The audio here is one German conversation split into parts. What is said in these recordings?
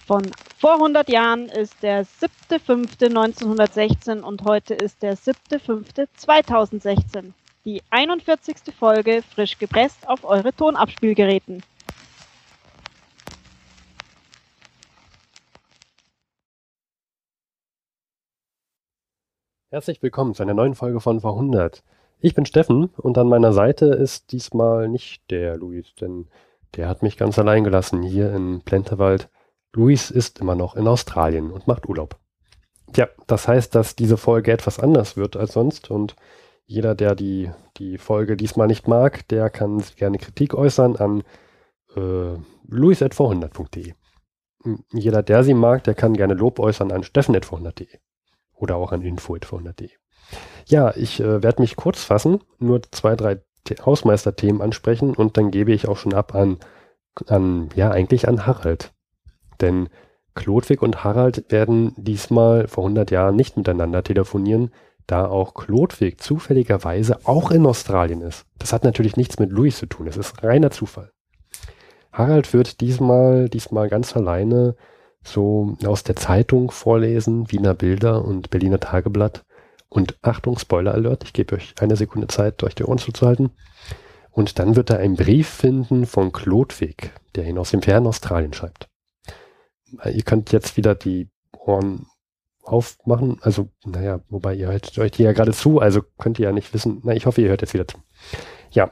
Von vor 100 Jahren ist der 7.5.1916 und heute ist der 7.5.2016. Die 41. Folge frisch gepresst auf eure Tonabspielgeräten. Herzlich willkommen zu einer neuen Folge von vor 100. Ich bin Steffen und an meiner Seite ist diesmal nicht der Luis, denn der hat mich ganz allein gelassen hier in Plenterwald. Luis ist immer noch in Australien und macht Urlaub. Tja, das heißt, dass diese Folge etwas anders wird als sonst und jeder, der die Folge diesmal nicht mag, der kann gerne Kritik äußern an luis@vor100.de. Jeder, der sie mag, der kann gerne Lob äußern an steffen@vor100.de. Oder auch an info@vor100.de. Ja, ich werde mich kurz fassen, nur 2, 3 Hausmeisterthemen ansprechen und dann gebe ich auch schon ab an Harald. Denn Chlodwig und Harald werden diesmal vor 100 Jahren nicht miteinander telefonieren, da auch Chlodwig zufälligerweise auch in Australien ist. Das hat natürlich nichts mit Louis zu tun, es ist reiner Zufall. Harald wird diesmal ganz alleine so aus der Zeitung vorlesen, Wiener Bilder und Berliner Tageblatt. Und Achtung, Spoiler Alert, ich gebe euch eine Sekunde Zeit, euch die Ohren zuzuhalten. Und dann wird er einen Brief finden von Chlodwig, der ihn aus dem fernen Australien schreibt. Ihr könnt jetzt wieder die Ohren aufmachen, also, wobei ihr hört euch die ja gerade zu, also könnt ihr ja nicht wissen, ich hoffe, ihr hört jetzt wieder zu. Ja,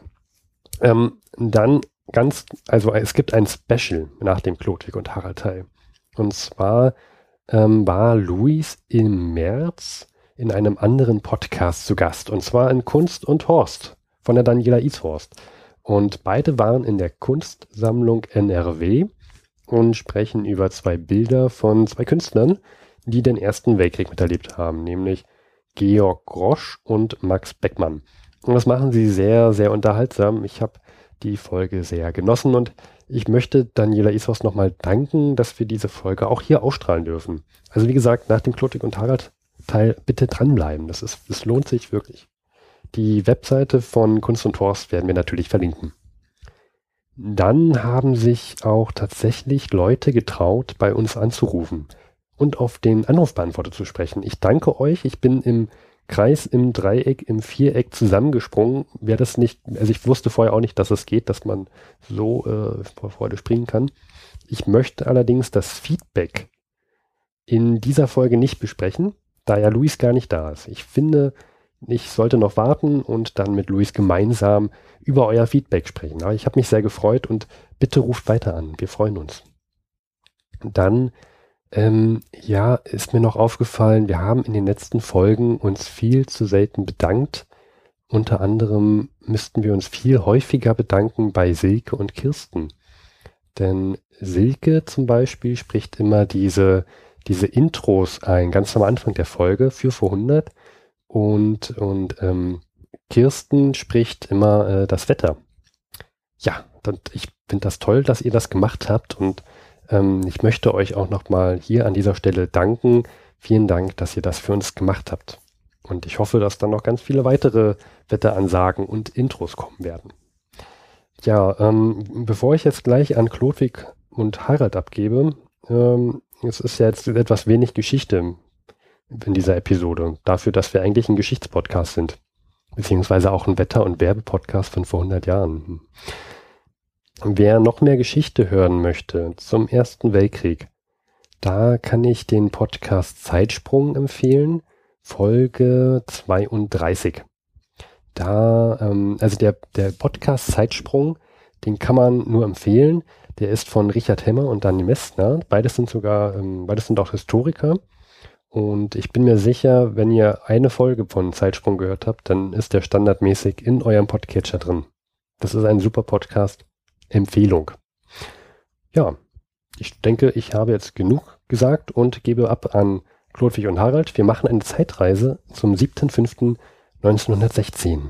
dann es gibt ein Special nach dem Chlodwig und Harald Teil. Und zwar war Luis im März in einem anderen Podcast zu Gast. Und zwar in Kunst und Horst von der Daniela Ishorst. Und beide waren in der Kunstsammlung NRW und sprechen über 2 Bilder von 2 Künstlern, die den Ersten Weltkrieg miterlebt haben, nämlich Georg Grosch und Max Beckmann. Und das machen sie sehr, sehr unterhaltsam. Ich habe die Folge sehr genossen und ich möchte Daniela Ishorst nochmal danken, dass wir diese Folge auch hier ausstrahlen dürfen. Also wie gesagt, nach dem Chlodwig und Harald Teil bitte dranbleiben. Das lohnt sich wirklich. Die Webseite von Kunst und Horst werden wir natürlich verlinken. Dann haben sich auch tatsächlich Leute getraut, bei uns anzurufen und auf den Anrufbeantworter zu sprechen. Ich danke euch. Ich bin im Kreis, im Dreieck, im Viereck zusammengesprungen. Wer das nicht, also ich wusste vorher auch nicht, dass es geht, dass man so vor Freude springen kann. Ich möchte allerdings das Feedback in dieser Folge nicht besprechen, da ja Luis gar nicht da ist. Ich finde, ich sollte noch warten und dann mit Luis gemeinsam über euer Feedback sprechen. Aber ich habe mich sehr gefreut und bitte ruft weiter an. Wir freuen uns. Dann ist mir noch aufgefallen, wir haben in den letzten Folgen uns viel zu selten bedankt. Unter anderem müssten wir uns viel häufiger bedanken bei Silke und Kirsten. Denn Silke zum Beispiel spricht immer diese Intros ein, ganz am Anfang der Folge für vor 100. Und Kirsten spricht immer das Wetter. Ja, ich finde das toll, dass ihr das gemacht habt und ich möchte euch auch nochmal hier an dieser Stelle danken. Vielen Dank, dass ihr das für uns gemacht habt. Und ich hoffe, dass dann noch ganz viele weitere Wetteransagen und Intros kommen werden. Ja, bevor ich jetzt gleich an Chlodwig und Harald abgebe, es ist ja jetzt etwas wenig Geschichte in dieser Episode, dafür, dass wir eigentlich ein Geschichtspodcast sind, beziehungsweise auch ein Wetter- und Werbepodcast von vor 100 Jahren. Wer noch mehr Geschichte hören möchte zum Ersten Weltkrieg, da kann ich den Podcast Zeitsprung empfehlen, Folge 32. Also der Podcast Zeitsprung, den kann man nur empfehlen. Der ist von Richard Hemmer und Daniel Messner. Beides sind auch Historiker. Und ich bin mir sicher, wenn ihr eine Folge von Zeitsprung gehört habt, dann ist der standardmäßig in eurem Podcatcher drin. Das ist ein super Podcast. Empfehlung. Ja, ich denke, ich habe jetzt genug gesagt und gebe ab an Chlodwig und Harald. Wir machen eine Zeitreise zum 7.5.1916.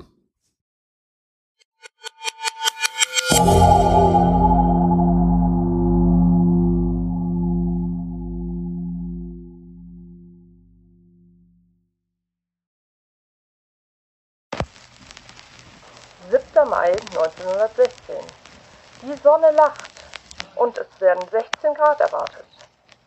Mai 1916. Die Sonne lacht und es werden 16 Grad erwartet.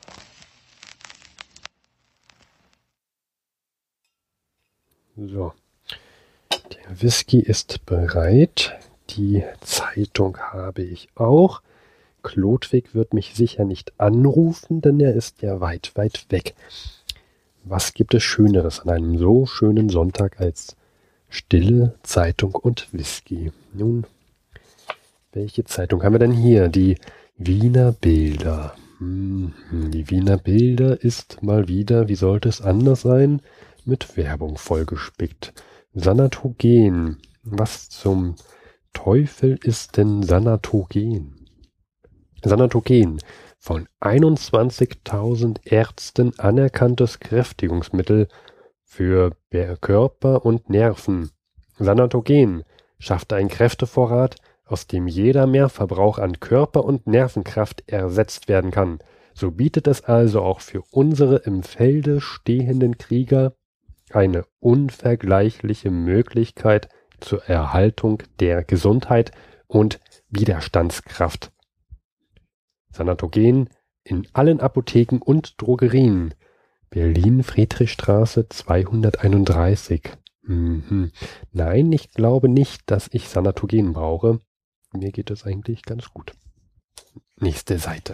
So, der Whisky ist bereit. Die Zeitung habe ich auch. Chlodwig wird mich sicher nicht anrufen, denn er ist ja weit, weit weg. Was gibt es Schöneres an einem so schönen Sonntag als Stille, Zeitung und Whisky? Nun, welche Zeitung haben wir denn hier? Die Wiener Bilder. Die Wiener Bilder ist mal wieder, wie sollte es anders sein, mit Werbung vollgespickt. Sanatogen. Was zum Teufel ist denn Sanatogen? Sanatogen, von 21.000 Ärzten anerkanntes Kräftigungsmittel für Körper und Nerven. Sanatogen schafft einen Kräftevorrat, aus dem jeder Mehrverbrauch an Körper- und Nervenkraft ersetzt werden kann. So bietet es also auch für unsere im Felde stehenden Krieger eine unvergleichliche Möglichkeit zur Erhaltung der Gesundheit und Widerstandskraft. Sanatogen in allen Apotheken und Drogerien. Berlin, Friedrichstraße 231. Nein, ich glaube nicht, dass ich Sanatogen brauche. Mir geht es eigentlich ganz gut. Nächste Seite.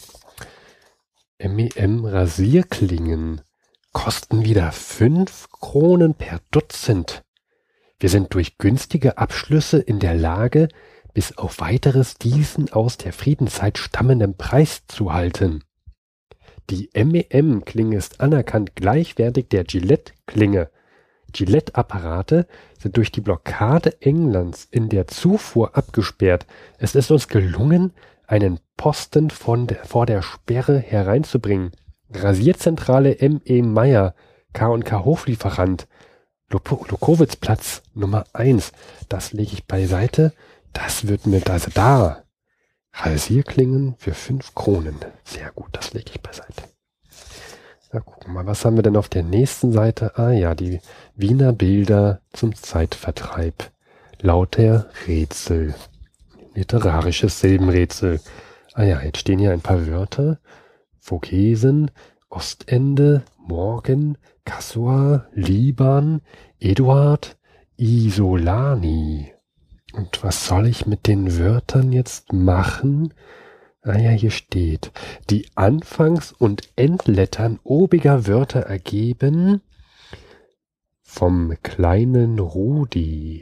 MEM Rasierklingen kosten wieder 5 Kronen per Dutzend. Wir sind durch günstige Abschlüsse in der Lage, bis auf weiteres diesen aus der Friedenszeit stammenden Preis zu halten. Die MEM-Klinge ist anerkannt gleichwertig der Gillette-Klinge. Gillette-Apparate sind durch die Blockade Englands in der Zufuhr abgesperrt. Es ist uns gelungen, einen Posten vor der Sperre hereinzubringen. Rasierzentrale M.E. Meyer, K&K Hoflieferant, Lukowitzplatz Nummer 1. Das lege ich beiseite. Das wird mir da. Rasierklingen für 5 Kronen. Sehr gut, das lege ich beiseite. Na, gucken wir mal, was haben wir denn auf der nächsten Seite? Ah ja, die Wiener Bilder zum Zeitvertreib. Lauter Rätsel. Literarisches Silbenrätsel. Ah ja, jetzt stehen hier ein paar Wörter. Vogesen, Ostende, Morgen, Kassua, Liban, Eduard, Isolani. Und was soll ich mit den Wörtern jetzt machen? Ah ja, hier steht, die Anfangs- und Endlettern obiger Wörter ergeben vom kleinen Rudi.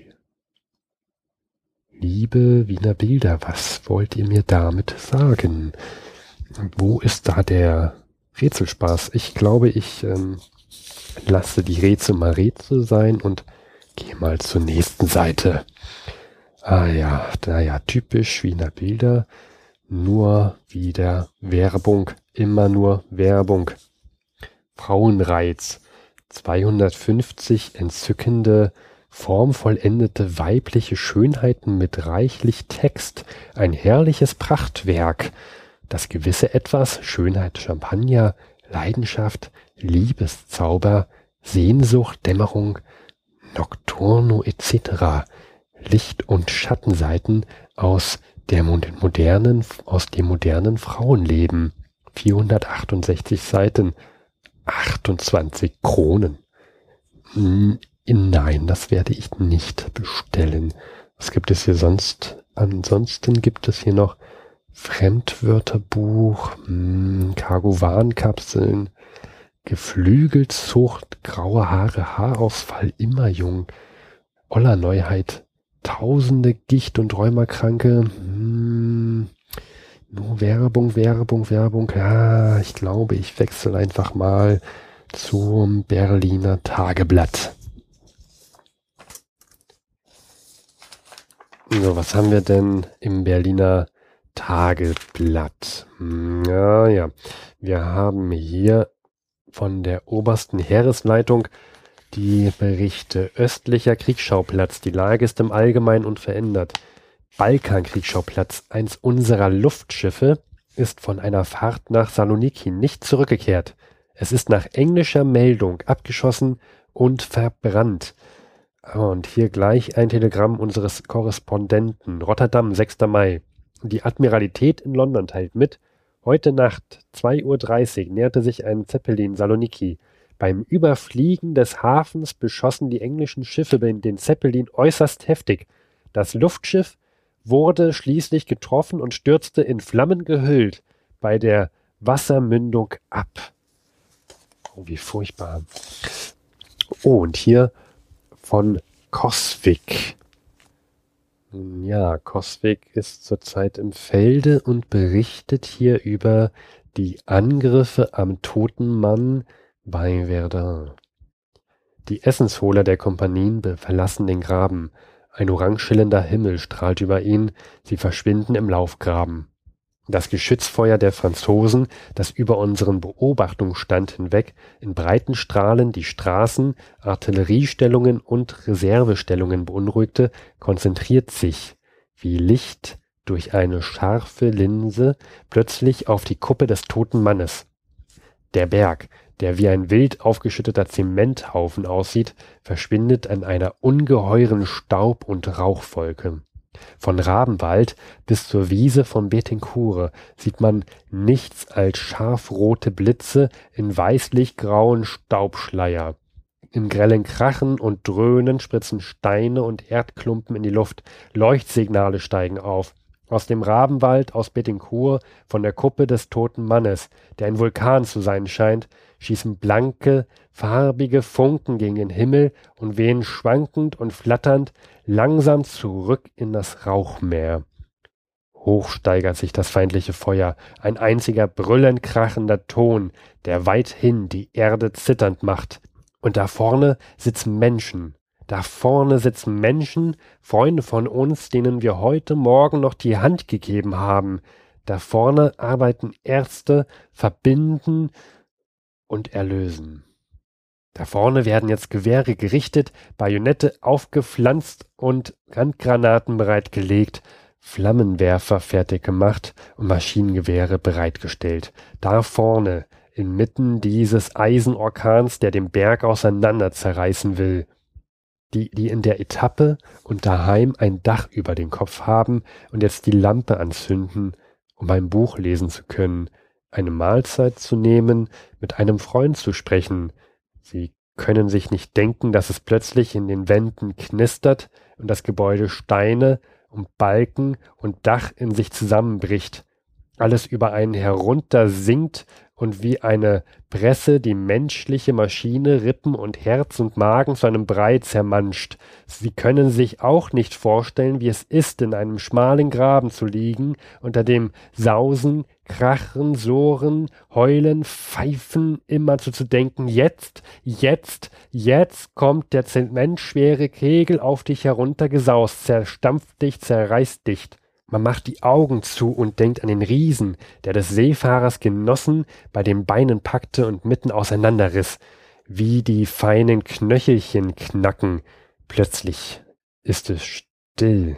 Liebe Wiener Bilder, was wollt ihr mir damit sagen? Wo ist da der Rätselspaß? Ich glaube, ich lasse die Rätsel mal Rätsel sein und gehe mal zur nächsten Seite. Ah ja, naja, typisch Wiener Bilder. Nur wieder Werbung, immer nur Werbung. Frauenreiz, 250 entzückende, formvollendete weibliche Schönheiten mit reichlich Text, ein herrliches Prachtwerk. Das gewisse Etwas, Schönheit, Champagner, Leidenschaft, Liebeszauber, Sehnsucht, Dämmerung, Nocturno etc. Licht- und Schattenseiten aus dem modernen Frauenleben. 468 Seiten, 28 Kronen. Nein, das werde ich nicht bestellen. Was gibt es hier sonst? Ansonsten gibt es hier noch Fremdwörterbuch, Cargovan-Kapseln, Geflügelzucht, graue Haare, Haarausfall, immer jung, Oller Neuheit, Tausende Gicht- und Rheumakranke, nur Werbung. Ja, ich glaube, ich wechsle einfach mal zum Berliner Tageblatt. So, was haben wir denn im Berliner Tageblatt? Ja, wir haben hier von der obersten Heeresleitung die Berichte: östlicher Kriegsschauplatz, die Lage ist im Allgemeinen unverändert. Balkan-Kriegsschauplatz, eins unserer Luftschiffe ist von einer Fahrt nach Saloniki nicht zurückgekehrt. Es ist nach englischer Meldung abgeschossen und verbrannt. Und hier gleich ein Telegramm unseres Korrespondenten. Rotterdam, 6. Mai. Die Admiralität in London teilt mit: heute Nacht, 2:30 Uhr, näherte sich ein Zeppelin Saloniki. Beim Überfliegen des Hafens beschossen die englischen Schiffe den Zeppelin äußerst heftig. Das Luftschiff wurde schließlich getroffen und stürzte in Flammen gehüllt bei der Wassermündung ab. Oh, wie furchtbar. Oh, und hier von Coswig. Nun ja, Coswig ist zurzeit im Felde und berichtet hier über die Angriffe am Toten Mann bei Verdun. Die Essensholer der Kompanien verlassen den Graben. Ein orange schillernder Himmel strahlt über ihn, sie verschwinden im Laufgraben. Das Geschützfeuer der Franzosen, das über unseren Beobachtungsstand hinweg in breiten Strahlen die Straßen, Artilleriestellungen und Reservestellungen beunruhigte, konzentriert sich, wie Licht durch eine scharfe Linse, plötzlich auf die Kuppe des toten Mannes. Der Berg, der wie ein wild aufgeschütteter Zementhaufen aussieht, verschwindet in einer ungeheuren Staub- und Rauchwolke. Von Rabenwald bis zur Wiese von Bethencourt sieht man nichts als scharfrote Blitze in weißlich-grauen Staubschleier. Im grellen Krachen und Dröhnen spritzen Steine und Erdklumpen in die Luft. Leuchtsignale steigen auf. Aus dem Rabenwald, aus Bethencourt, von der Kuppe des toten Mannes, der ein Vulkan zu sein scheint, schießen blanke, farbige Funken gegen den Himmel und wehen schwankend und flatternd langsam zurück in das Rauchmeer. Hoch steigert sich das feindliche Feuer, ein einziger brüllend krachender Ton, der weithin die Erde zitternd macht. Und da vorne sitzen Menschen. Da vorne sitzen Menschen, Freunde von uns, denen wir heute Morgen noch die Hand gegeben haben. Da vorne arbeiten Ärzte, verbinden und erlösen. Da vorne werden jetzt Gewehre gerichtet, Bajonette aufgepflanzt und Handgranaten bereitgelegt, Flammenwerfer fertig gemacht und Maschinengewehre bereitgestellt. Da vorne, inmitten dieses Eisenorkans, der den Berg auseinander zerreißen will. Die in der Etappe und daheim ein Dach über den Kopf haben und jetzt die Lampe anzünden, um ein Buch lesen zu können, eine Mahlzeit zu nehmen, mit einem Freund zu sprechen. Sie können sich nicht denken, dass es plötzlich in den Wänden knistert und das Gebäude Steine und Balken und Dach in sich zusammenbricht. Alles über einen heruntersinkt und wie eine Presse die menschliche Maschine Rippen und Herz und Magen zu einem Brei zermanscht. Sie können sich auch nicht vorstellen, wie es ist, in einem schmalen Graben zu liegen, unter dem Sausen, Krachen, Sohren, Heulen, Pfeifen, immerzu zu denken, jetzt kommt der zementschwere Kegel auf dich heruntergesaust, zerstampft dich, zerreißt dich. Man macht die Augen zu und denkt an den Riesen, der des Seefahrers Genossen bei den Beinen packte und mitten auseinanderriss, wie die feinen Knöchelchen knacken. Plötzlich ist es still.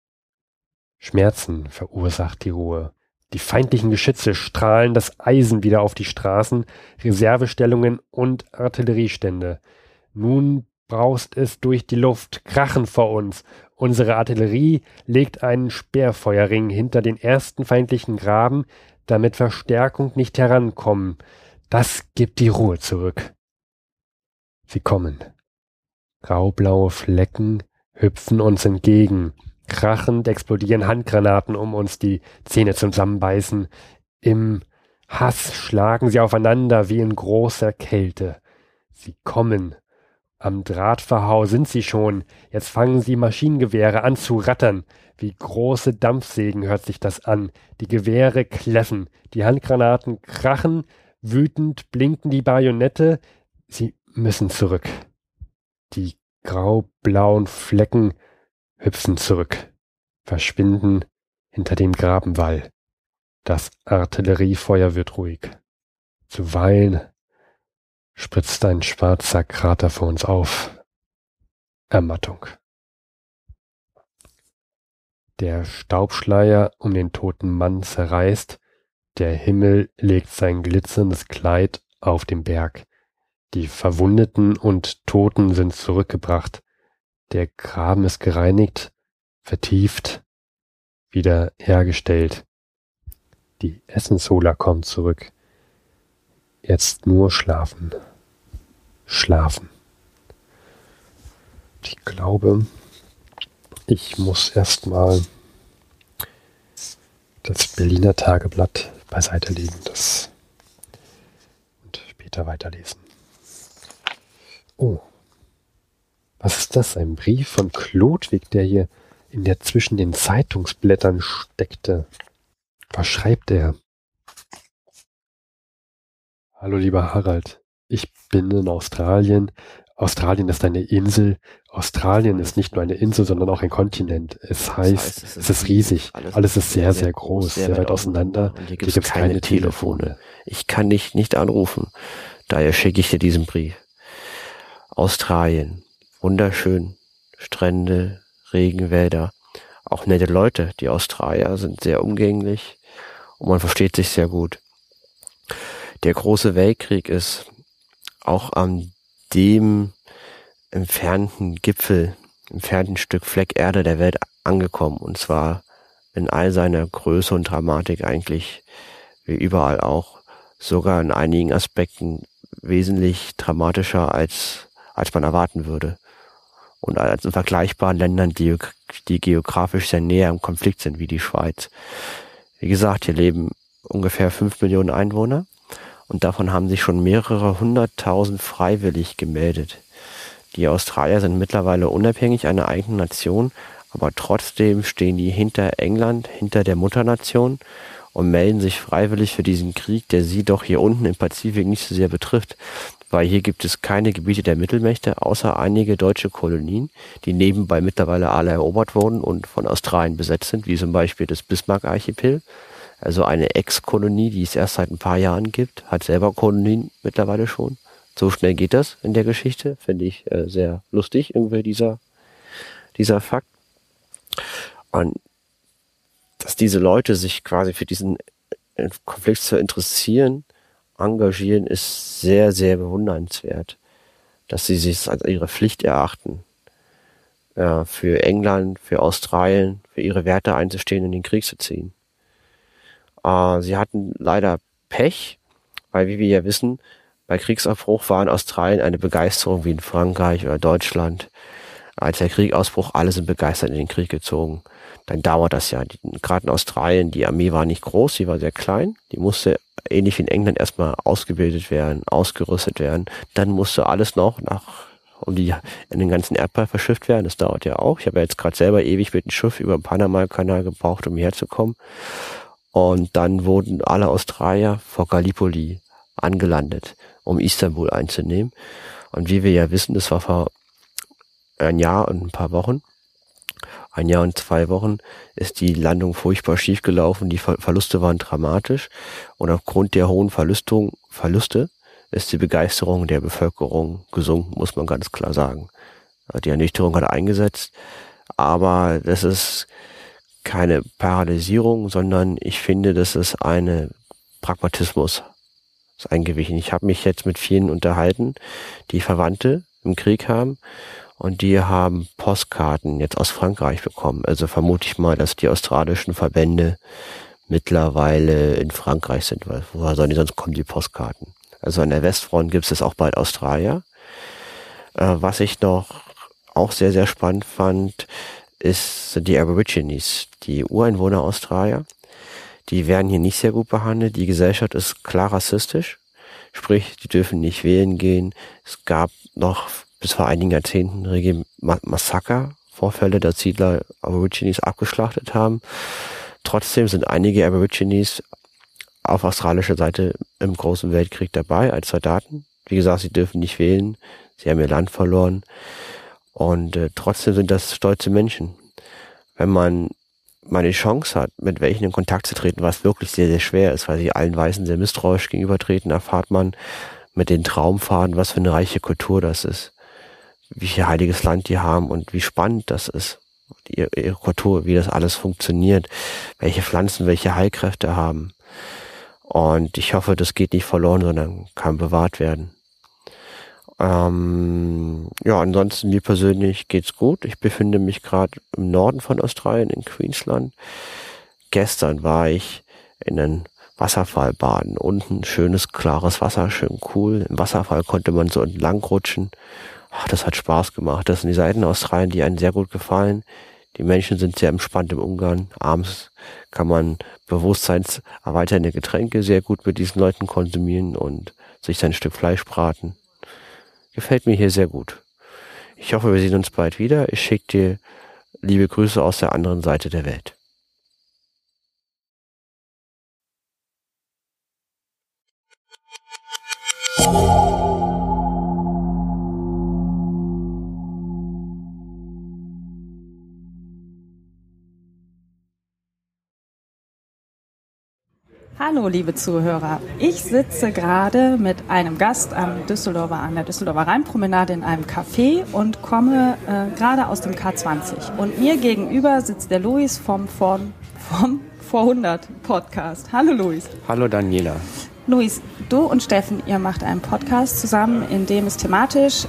Schmerzen verursacht die Ruhe. Die feindlichen Geschütze strahlen das Eisen wieder auf die Straßen, Reservestellungen und Artilleriestände. Nun braust es durch die Luft, Krachen vor uns. Unsere Artillerie legt einen Sperrfeuerring hinter den ersten feindlichen Graben, damit Verstärkung nicht herankommen. Das gibt die Ruhe zurück. Sie kommen. Graublaue Flecken hüpfen uns entgegen. Krachend explodieren Handgranaten, um uns die Zähne zusammenbeißen. Im Hass schlagen sie aufeinander wie in großer Kälte. Sie kommen. Am Drahtverhau sind sie schon. Jetzt fangen sie Maschinengewehre an zu rattern. Wie große Dampfsägen hört sich das an. Die Gewehre kläffen, die Handgranaten krachen, wütend blinken die Bajonette. Sie müssen zurück. Die graublauen Flecken hüpfen zurück, verschwinden hinter dem Grabenwall. Das Artilleriefeuer wird ruhig. Zuweilen spritzt ein schwarzer Krater vor uns auf. Ermattung. Der Staubschleier um den toten Mann zerreißt, der Himmel legt sein glitzerndes Kleid auf den Berg. Die Verwundeten und Toten sind zurückgebracht. Der Graben ist gereinigt, vertieft, wieder hergestellt. Die Essensholer kommen zurück. Jetzt nur schlafen. schlafen. Ich glaube, ich muss erstmal das Berliner Tageblatt beiseite legen und später weiterlesen. Oh, was ist das? Ein Brief von Chlodwig, der hier zwischen den Zeitungsblättern steckte. Was schreibt er? Hallo lieber Harald, ich bin in Australien. Australien ist eine Insel. Australien ist nicht nur eine Insel, sondern auch ein Kontinent. Es heißt, es ist riesig. Alles ist sehr, sehr groß, sehr weit auseinander. Und hier gibt es keine Telefone. Ich kann dich nicht anrufen. Daher schicke ich dir diesen Brief. Australien. Wunderschön. Strände, Regenwälder. Auch nette Leute. Die Australier sind sehr umgänglich und man versteht sich sehr gut. Der große Weltkrieg ist auch an dem entfernten Stück Fleck Erde der Welt angekommen. Und zwar in all seiner Größe und Dramatik eigentlich, wie überall auch, sogar in einigen Aspekten wesentlich dramatischer, als man erwarten würde. Und als in vergleichbaren Ländern, die geografisch sehr näher im Konflikt sind, wie die Schweiz. Wie gesagt, hier leben ungefähr 5 Millionen Einwohner. Und davon haben sich schon mehrere 100.000 freiwillig gemeldet. Die Australier sind mittlerweile unabhängig, eine eigene Nation, aber trotzdem stehen die hinter England, hinter der Mutternation und melden sich freiwillig für diesen Krieg, der sie doch hier unten im Pazifik nicht so sehr betrifft, weil hier gibt es keine Gebiete der Mittelmächte, außer einige deutsche Kolonien, die nebenbei mittlerweile alle erobert wurden und von Australien besetzt sind, wie zum Beispiel das Bismarck-Archipel. Also eine Ex-Kolonie, die es erst seit ein paar Jahren gibt, hat selber Kolonien mittlerweile schon. So schnell geht das in der Geschichte, finde ich sehr lustig, irgendwie dieser Fakt. Und dass diese Leute sich quasi für diesen Konflikt zu interessieren, engagieren, ist sehr, sehr bewundernswert. Dass sie sich als ihre Pflicht erachten, für England, für Australien, für ihre Werte einzustehen und in den Krieg zu ziehen. Sie hatten leider Pech, weil, wie wir ja wissen, bei Kriegsabbruch war in Australien eine Begeisterung wie in Frankreich oder Deutschland. Als der Krieg ausbruch, alle sind begeistert in den Krieg gezogen. Dann dauert das ja. Gerade in Australien, die Armee war nicht groß, sie war sehr klein. Die musste, ähnlich wie in England, erstmal ausgebildet werden, ausgerüstet werden. Dann musste alles noch in den ganzen Erdball verschifft werden. Das dauert ja auch. Ich habe ja jetzt gerade selber ewig mit dem Schiff über den Panama-Kanal gebraucht, um hierher zu kommen. Und dann wurden alle Australier vor Gallipoli angelandet, um Istanbul einzunehmen. Und wie wir ja wissen, das war vor ein Jahr und 2 Wochen, ist die Landung furchtbar schief gelaufen. Die Verluste waren dramatisch. Und aufgrund der hohen Verluste ist die Begeisterung der Bevölkerung gesunken, muss man ganz klar sagen. Die Ernüchterung hat eingesetzt. Aber das ist keine Paralysierung, sondern ich finde, das ist eine Pragmatismus, ist eingewichen. Ich habe mich jetzt mit vielen unterhalten, die Verwandte im Krieg haben und die haben Postkarten jetzt aus Frankreich bekommen. Also vermute ich mal, dass die australischen Verbände mittlerweile in Frankreich sind, weil woher sollen die sonst kommen, die Postkarten? Also an der Westfront gibt es auch bald Australier. Was ich noch auch sehr, sehr spannend fand, sind die Aborigines, die Ureinwohner Australier. Die werden hier nicht sehr gut behandelt. Die Gesellschaft ist klar rassistisch. Sprich, die dürfen nicht wählen gehen. Es gab noch bis vor einigen Jahrzehnten rege Massaker-Vorfälle, dass Siedler Aborigines abgeschlachtet haben. Trotzdem sind einige Aborigines auf australischer Seite im Großen Weltkrieg dabei als Soldaten. Wie gesagt, sie dürfen nicht wählen. Sie haben ihr Land verloren. Und trotzdem sind das stolze Menschen. Wenn man mal die Chance hat, mit welchen in Kontakt zu treten, was wirklich sehr, sehr schwer ist, weil sie allen Weißen sehr misstrauisch gegenübertreten, erfahrt man mit den Traumfaden, was für eine reiche Kultur das ist, wie viel heiliges Land die haben und wie spannend das ist, ihre Kultur, wie das alles funktioniert, welche Pflanzen, welche Heilkräfte haben. Und ich hoffe, das geht nicht verloren, sondern kann bewahrt werden. Ansonsten mir persönlich geht's gut. Ich befinde mich gerade im Norden von Australien, in Queensland. Gestern war ich in ein Wasserfall baden. Unten schönes, klares Wasser, schön cool. Im Wasserfall konnte man so entlang rutschen. Ach, das hat Spaß gemacht. Das sind die Seiten Australien, die einem sehr gut gefallen. Die Menschen sind sehr entspannt im Umgang. Abends kann man bewusstseinserweiternde Getränke sehr gut mit diesen Leuten konsumieren und sich sein Stück Fleisch braten. Gefällt mir hier sehr gut. Ich hoffe, wir sehen uns bald wieder. Ich schicke dir liebe Grüße aus der anderen Seite der Welt. Hallo, liebe Zuhörer. Ich sitze gerade mit einem Gast an der Düsseldorfer Rheinpromenade in einem Café und komme gerade aus dem K20. Und mir gegenüber sitzt der Luis vom Vor100 Podcast. Hallo, Luis. Hallo, Daniela. Luis, du und Steffen, ihr macht einen Podcast zusammen, in dem es thematisch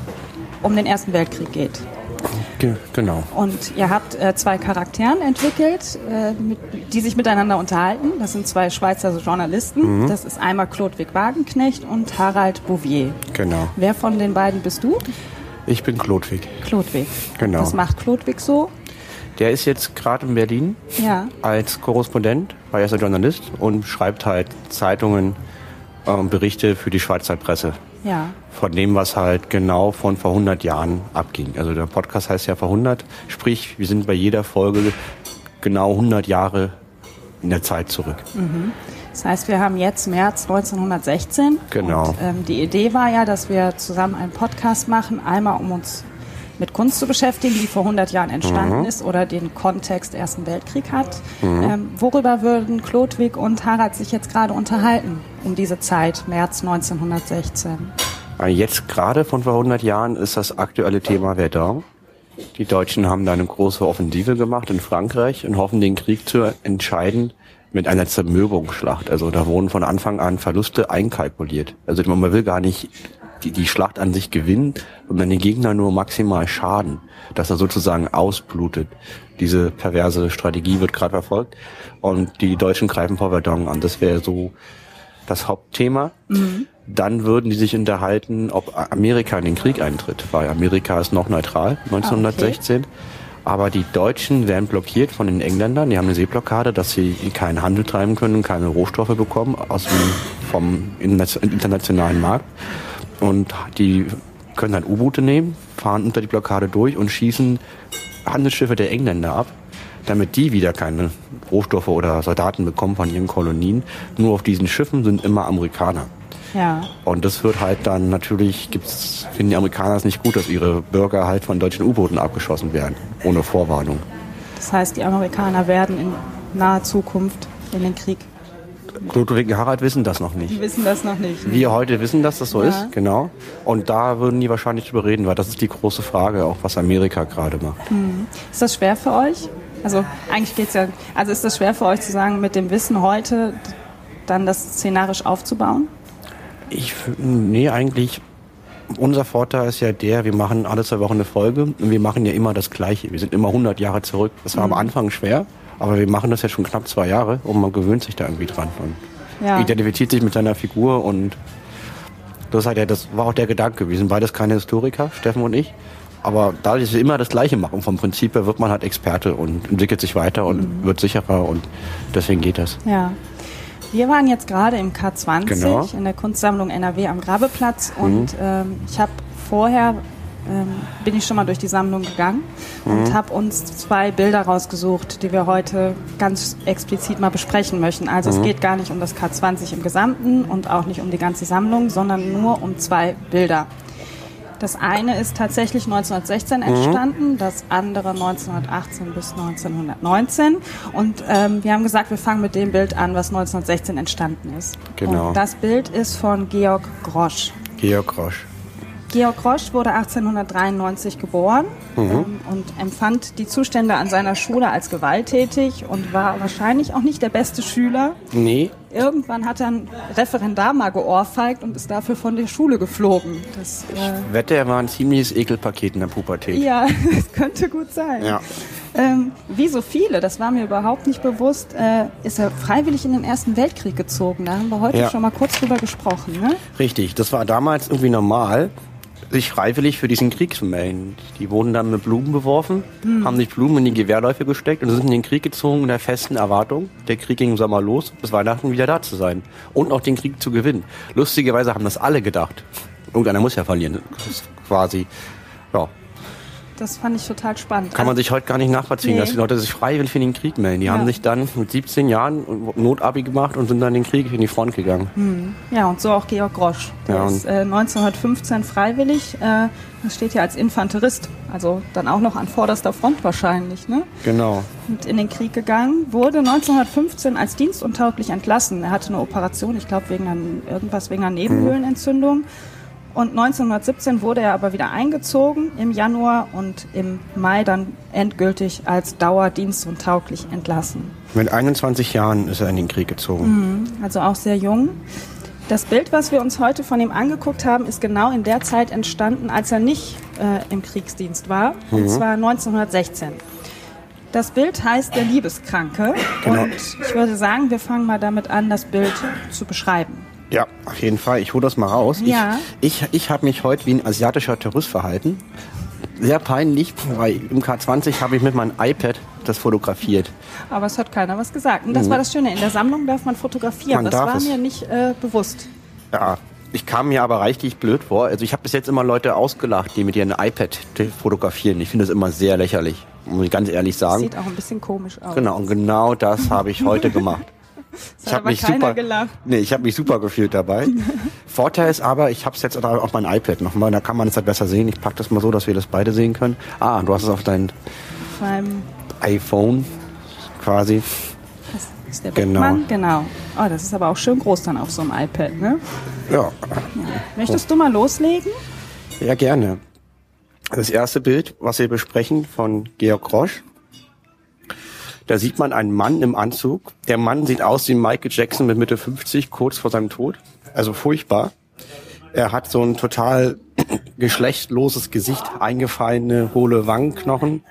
um den Ersten Weltkrieg geht. Genau. Und ihr habt zwei Charakteren entwickelt, die sich miteinander unterhalten. Das sind zwei Schweizer Journalisten. Das ist einmal Chlodwig Wagenknecht und Harald Bouvier. Genau. Wer von den beiden bist du? Ich bin Chlodwig. Chlodwig. Genau. Was macht Chlodwig so? Der ist jetzt gerade in Berlin als Korrespondent, weil er ist ein Journalist und schreibt halt Zeitungen, Berichte für die Schweizer Presse. Ja. Von dem, was halt genau von vor 100 Jahren abging. Also der Podcast heißt ja vor 100, sprich, wir sind bei jeder Folge genau 100 Jahre in der Zeit zurück. Das heißt, wir haben jetzt März 1916. Genau. Und, die Idee war ja, dass wir zusammen einen Podcast machen, einmal um uns mit Kunst zu beschäftigen, die vor 100 Jahren entstanden ist oder den Kontext Ersten Weltkrieg hat. Worüber würden Chlodwig und Harald sich jetzt gerade unterhalten um diese Zeit, März 1916? Jetzt gerade von vor 100 Jahren ist das aktuelle Thema Verdun. Die Deutschen haben da eine große Offensive gemacht in Frankreich und hoffen, den Krieg zu entscheiden mit einer Zermürbungsschlacht. Also da wurden von Anfang an Verluste einkalkuliert. Also man will gar nicht die Schlacht an sich gewinnen, sondern den Gegner nur maximal schaden, dass er sozusagen ausblutet. Diese perverse Strategie wird gerade verfolgt und die Deutschen greifen vor Verdun an. Das wäre so das Hauptthema. Dann würden die sich unterhalten, ob Amerika in den Krieg eintritt, weil Amerika ist noch neutral 1916. Aber die Deutschen werden blockiert von den Engländern. Die haben eine Seeblockade, dass sie keinen Handel treiben können und keine Rohstoffe bekommen vom internationalen Markt. Und die können dann U-Boote nehmen, fahren unter die Blockade durch und schießen Handelsschiffe der Engländer ab, damit die wieder keine Rohstoffe oder Soldaten bekommen von ihren Kolonien. Nur auf diesen Schiffen sind immer Amerikaner. Ja. Und das wird halt dann natürlich, finden die Amerikaner es nicht gut, dass ihre Bürger halt von deutschen U-Booten abgeschossen werden, ohne Vorwarnung. Das heißt, die Amerikaner werden in naher Zukunft in den Krieg. Chlodwig und Harald wissen das noch nicht. Die wissen das noch nicht. Wir heute wissen, dass das so ist, genau. Und da würden die wahrscheinlich drüber reden, weil das ist die große Frage, auch was Amerika gerade macht. Ist das schwer für euch? Also eigentlich geht's ja. Also ist das schwer für euch zu sagen, mit dem Wissen heute dann das szenarisch aufzubauen? Nee, eigentlich. Unser Vorteil ist ja wir machen alle 2 Wochen eine Folge und wir machen ja immer das Gleiche. Wir sind immer 100 Jahre zurück. Das war am Anfang schwer, aber wir machen das ja schon knapp 2 Jahre und man gewöhnt sich da irgendwie dran und identifiziert sich mit seiner Figur und das war auch der Gedanke. Wir sind beides keine Historiker, Steffen und ich. Aber dadurch, dass wir immer das Gleiche machen, vom Prinzip her wird man halt Experte und entwickelt sich weiter und wird sicherer und deswegen geht das. Ja. Wir waren jetzt gerade im K20 in der Kunstsammlung NRW am Grabeplatz und ich habe vorher bin ich schon mal durch die Sammlung gegangen und habe uns 2 Bilder rausgesucht, die wir heute ganz explizit mal besprechen möchten. Also es geht gar nicht um das K20 im Gesamten und auch nicht um die ganze Sammlung, sondern nur um 2 Bilder. Das eine ist tatsächlich 1916 entstanden, das andere 1918 bis 1919. Und wir haben gesagt, wir fangen mit dem Bild an, was 1916 entstanden ist. Genau. Und das Bild ist von Georg Grosch. Georg Grosch. Georg Grosch wurde 1893 geboren und empfand die Zustände an seiner Schule als gewalttätig und war wahrscheinlich auch nicht der beste Schüler. Nee, irgendwann hat er ein Referendar mal geohrfeigt und ist dafür von der Schule geflogen. Ich wette, er war ein ziemliches Ekelpaket in der Pubertät. Ja, das könnte gut sein. Ja. Wie so viele, das war mir überhaupt nicht bewusst, ist er freiwillig in den Ersten Weltkrieg gezogen. Da haben wir heute schon mal kurz drüber gesprochen. Ne? Richtig, das war damals irgendwie normal, sich freiwillig für diesen Krieg zu melden. Die wurden dann mit Blumen beworfen, haben sich Blumen in die Gewehrläufe gesteckt und sind in den Krieg gezogen in der festen Erwartung, der Krieg ging im Sommer los, bis Weihnachten wieder da zu sein und auch den Krieg zu gewinnen. Lustigerweise haben das alle gedacht. Irgendeiner muss ja verlieren, quasi. Ja. Das fand ich total spannend. Kann man sich heute gar nicht nachvollziehen, dass die Leute sich freiwillig für den Krieg melden. Die haben sich dann mit 17 Jahren Notabi gemacht und sind dann in den Krieg in die Front gegangen. Ja, und so auch Georg Grosch. Der ist 1915 freiwillig, das steht ja als Infanterist, also dann auch noch an vorderster Front wahrscheinlich. Ne? Genau. Und in den Krieg gegangen, wurde 1915 als dienstuntauglich entlassen. Er hatte eine Operation, ich glaube wegen einer Nebenhöhlenentzündung. Und 1917 wurde er aber wieder eingezogen im Januar und im Mai dann endgültig als dauerdienstuntauglich entlassen. Mit 21 Jahren ist er in den Krieg gezogen. Also auch sehr jung. Das Bild, was wir uns heute von ihm angeguckt haben, ist genau in der Zeit entstanden, als er nicht im Kriegsdienst war, und zwar 1916. Das Bild heißt Der Liebeskranke. Genau. Und ich würde sagen, wir fangen mal damit an, das Bild zu beschreiben. Ja, auf jeden Fall. Ich hole das mal raus. Ja. Ich habe mich heute wie ein asiatischer Tourist verhalten. Sehr peinlich, weil im K20 habe ich mit meinem iPad das fotografiert. Aber es hat keiner was gesagt. Und das war das Schöne. In der Sammlung darf man fotografieren. Das war mir nicht bewusst. Ja, ich kam mir aber richtig blöd vor. Also ich habe bis jetzt immer Leute ausgelacht, die mit ihrem iPad fotografieren. Ich finde das immer sehr lächerlich, muss ich ganz ehrlich sagen. Sieht auch ein bisschen komisch aus. Genau, und genau das habe ich heute gemacht. Ich habe mich super gelacht. Nee, ich habe mich super gefühlt dabei. Vorteil ist aber, ich habe es jetzt auf mein iPad nochmal, da kann man es halt besser sehen. Ich packe das mal so, dass wir das beide sehen können. Ah, du hast es auf dein iPhone quasi. Das ist der Beckmann, genau. Oh, das ist aber auch schön groß dann auf so einem iPad, ne? Ja. Möchtest du mal loslegen? Ja, gerne. Das erste Bild, was wir besprechen, von Georg Grosch. Da sieht man einen Mann im Anzug. Der Mann sieht aus wie Michael Jackson mit Mitte 50, kurz vor seinem Tod. Also furchtbar. Er hat so ein total geschlechtloses Gesicht, eingefallene, hohle Wangenknochen,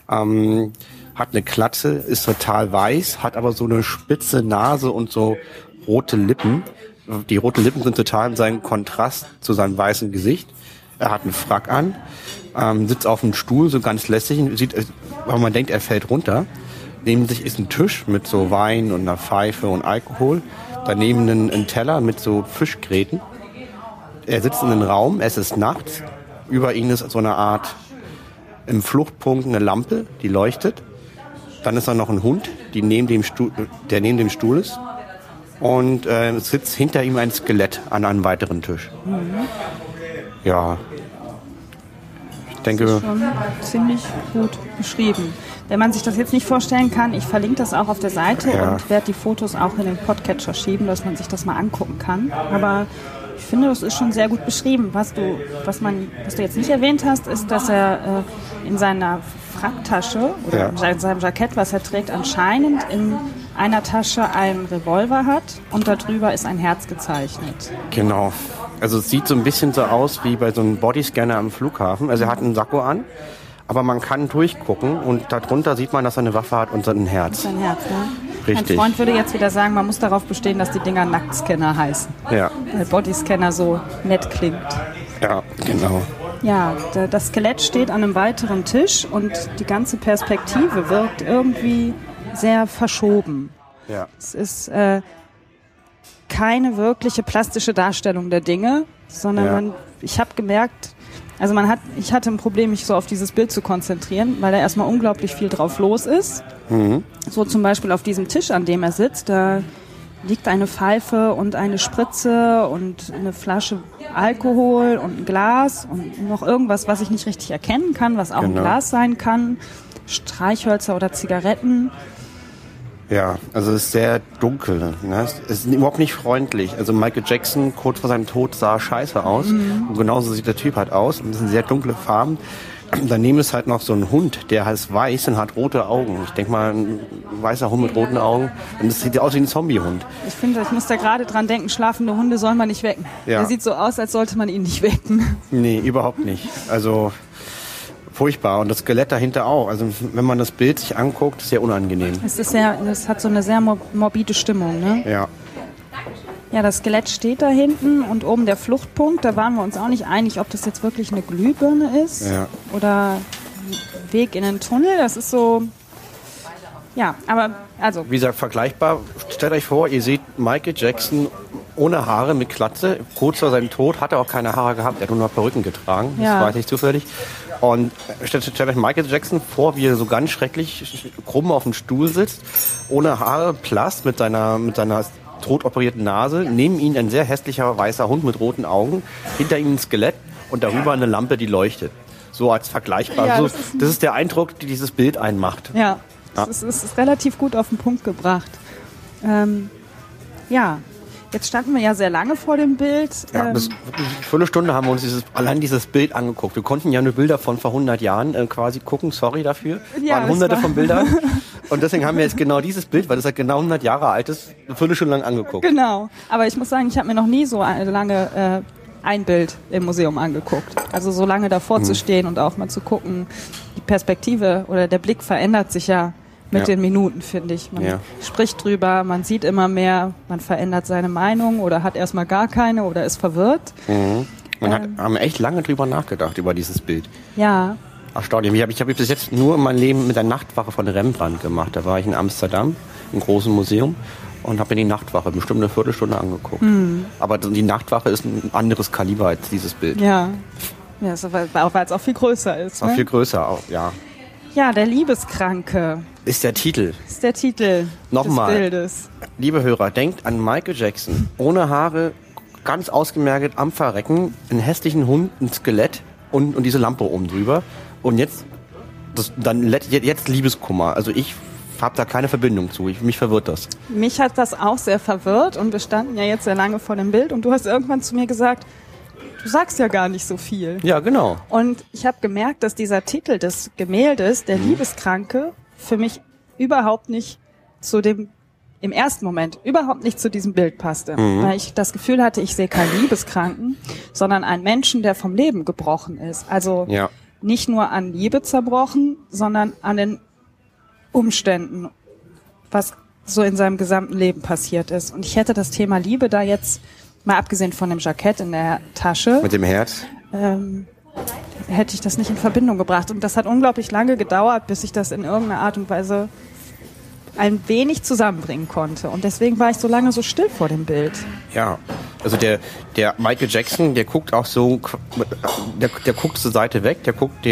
hat eine Glatze, ist total weiß, hat aber so eine spitze Nase und so rote Lippen. Die roten Lippen sind total in seinem Kontrast zu seinem weißen Gesicht. Er hat einen Frack an, sitzt auf einem Stuhl, so ganz lässig, weil man denkt, er fällt runter. Neben sich ist ein Tisch mit so Wein und einer Pfeife und Alkohol. Daneben ein Teller mit so Fischgräten. Er sitzt in einem Raum, es ist nachts. Über ihn ist so eine Art, im Fluchtpunkt eine Lampe, die leuchtet. Dann ist da noch ein Hund, der neben dem Stuhl ist. Und es sitzt hinter ihm ein Skelett an einem weiteren Tisch. Ja, ich denke... Das ist schon ziemlich gut beschrieben. Wenn man sich das jetzt nicht vorstellen kann, ich verlinke das auch auf der Seite und werde die Fotos auch in den Podcatcher schieben, dass man sich das mal angucken kann. Aber ich finde, das ist schon sehr gut beschrieben. Was du jetzt nicht erwähnt hast, ist, dass er in seiner Fracktasche oder in seinem Jackett, was er trägt, anscheinend in einer Tasche einen Revolver hat und darüber ist ein Herz gezeichnet. Genau. Also es sieht so ein bisschen so aus wie bei so einem Bodyscanner am Flughafen. Also er hat einen Sakko an. Aber man kann durchgucken und darunter sieht man, dass er eine Waffe hat und ein Herz. Sein Herz, ne? Richtig. Mein Freund würde jetzt wieder sagen, man muss darauf bestehen, dass die Dinger Nacktscanner heißen. Ja. Weil Bodyscanner so nett klingt. Ja, genau. Ja, das Skelett steht an einem weiteren Tisch und die ganze Perspektive wirkt irgendwie sehr verschoben. Ja. Es ist keine wirkliche plastische Darstellung der Dinge, sondern ich habe gemerkt, ich hatte ein Problem, mich so auf dieses Bild zu konzentrieren, weil da erstmal unglaublich viel drauf los ist. So zum Beispiel auf diesem Tisch, an dem er sitzt, da liegt eine Pfeife und eine Spritze und eine Flasche Alkohol und ein Glas und noch irgendwas, was ich nicht richtig erkennen kann, was auch ein Glas sein kann, Streichhölzer oder Zigaretten. Ja, also es ist sehr dunkel. Ne? Es ist überhaupt nicht freundlich. Also Michael Jackson kurz vor seinem Tod sah scheiße aus. Und genauso sieht der Typ halt aus. Und das sind sehr dunkle Farben. daneben ist halt noch so ein Hund, der heißt weiß und hat rote Augen. Ich denke mal, ein weißer Hund mit roten Augen. Und das sieht ja aus wie ein Zombie-Hund. Ich finde, ich muss da gerade dran denken, schlafende Hunde soll man nicht wecken. Ja. Der sieht so aus, als sollte man ihn nicht wecken. Nee, überhaupt nicht. Also furchtbar. Und das Skelett dahinter auch. Also wenn man das Bild sich anguckt, ist sehr unangenehm. Das hat so eine sehr morbide Stimmung, ne? Ja. Ja, das Skelett steht da hinten und oben der Fluchtpunkt. Da waren wir uns auch nicht einig, ob das jetzt wirklich eine Glühbirne ist oder ein Weg in einen Tunnel. Das ist so... Ja, aber also... Wie gesagt, vergleichbar. Stellt euch vor, ihr seht Michael Jackson ohne Haare mit Glatze. Kurz vor seinem Tod hat er auch keine Haare gehabt. Er hat nur noch Perücken getragen. Das weiß ich zufällig. Und stellt euch Michael Jackson vor, wie er so ganz schrecklich krumm auf dem Stuhl sitzt, ohne Haare, blass, mit seiner totoperierten Nase. Neben ihm ein sehr hässlicher weißer Hund mit roten Augen. Hinter ihm ein Skelett und darüber eine Lampe, die leuchtet. So als vergleichbar. Ja, das ist der Eindruck, den dieses Bild einmacht. Ja, es ist relativ gut auf den Punkt gebracht. Jetzt standen wir ja sehr lange vor dem Bild. Ja, bis wirklich eine Viertelstunde haben wir uns allein dieses Bild angeguckt. Wir konnten ja nur Bilder von vor 100 Jahren quasi gucken. Sorry dafür. Ja, waren hunderte von Bildern. Und deswegen haben wir jetzt genau dieses Bild, weil das halt genau 100 Jahre alt ist, eine Viertelstunde lang angeguckt. Genau. Aber ich muss sagen, ich habe mir noch nie so lange ein Bild im Museum angeguckt. Also so lange davor zu stehen und auch mal zu gucken, die Perspektive oder der Blick verändert sich ja mit den Minuten, finde ich. Man spricht drüber, man sieht immer mehr, man verändert seine Meinung oder hat erstmal gar keine oder ist verwirrt. Haben echt lange drüber nachgedacht, über dieses Bild. Ja. Erstaunlich. Ich habe bis jetzt nur in meinem Leben mit der Nachtwache von Rembrandt gemacht. Da war ich in Amsterdam, im großen Museum, und habe mir die Nachtwache bestimmt eine Viertelstunde angeguckt. Aber die Nachtwache ist ein anderes Kaliber als dieses Bild. Ja, weil es auch viel größer ist. Auch viel größer, auch, ja. Ja, der Liebeskranke. Ist der Titel. Nochmal, des Bildes. Liebe Hörer, denkt an Michael Jackson. Ohne Haare, ganz ausgemergelt am Verrecken, einen hässlichen Hund, ein Skelett und diese Lampe oben drüber. Und jetzt Liebeskummer. Also ich habe da keine Verbindung zu. Mich verwirrt das. Mich hat das auch sehr verwirrt und wir standen ja jetzt sehr lange vor dem Bild und du hast irgendwann zu mir gesagt, du sagst ja gar nicht so viel. Ja, genau. Und ich habe gemerkt, dass dieser Titel des Gemäldes, der Liebeskranke, für mich überhaupt nicht im ersten Moment überhaupt nicht zu diesem Bild passte. Weil ich das Gefühl hatte, ich sehe keinen Liebeskranken, sondern einen Menschen, der vom Leben gebrochen ist. Also nicht nur an Liebe zerbrochen, sondern an den Umständen, was so in seinem gesamten Leben passiert ist. Und ich hätte das Thema Liebe da jetzt, mal abgesehen von dem Jackett in der Tasche, mit dem Herz, hätte ich das nicht in Verbindung gebracht. Und das hat unglaublich lange gedauert, bis ich das in irgendeiner Art und Weise ein wenig zusammenbringen konnte. Und deswegen war ich so lange so still vor dem Bild. Ja, also der Michael Jackson, der guckt auch so, der guckt zur Seite weg, der guckt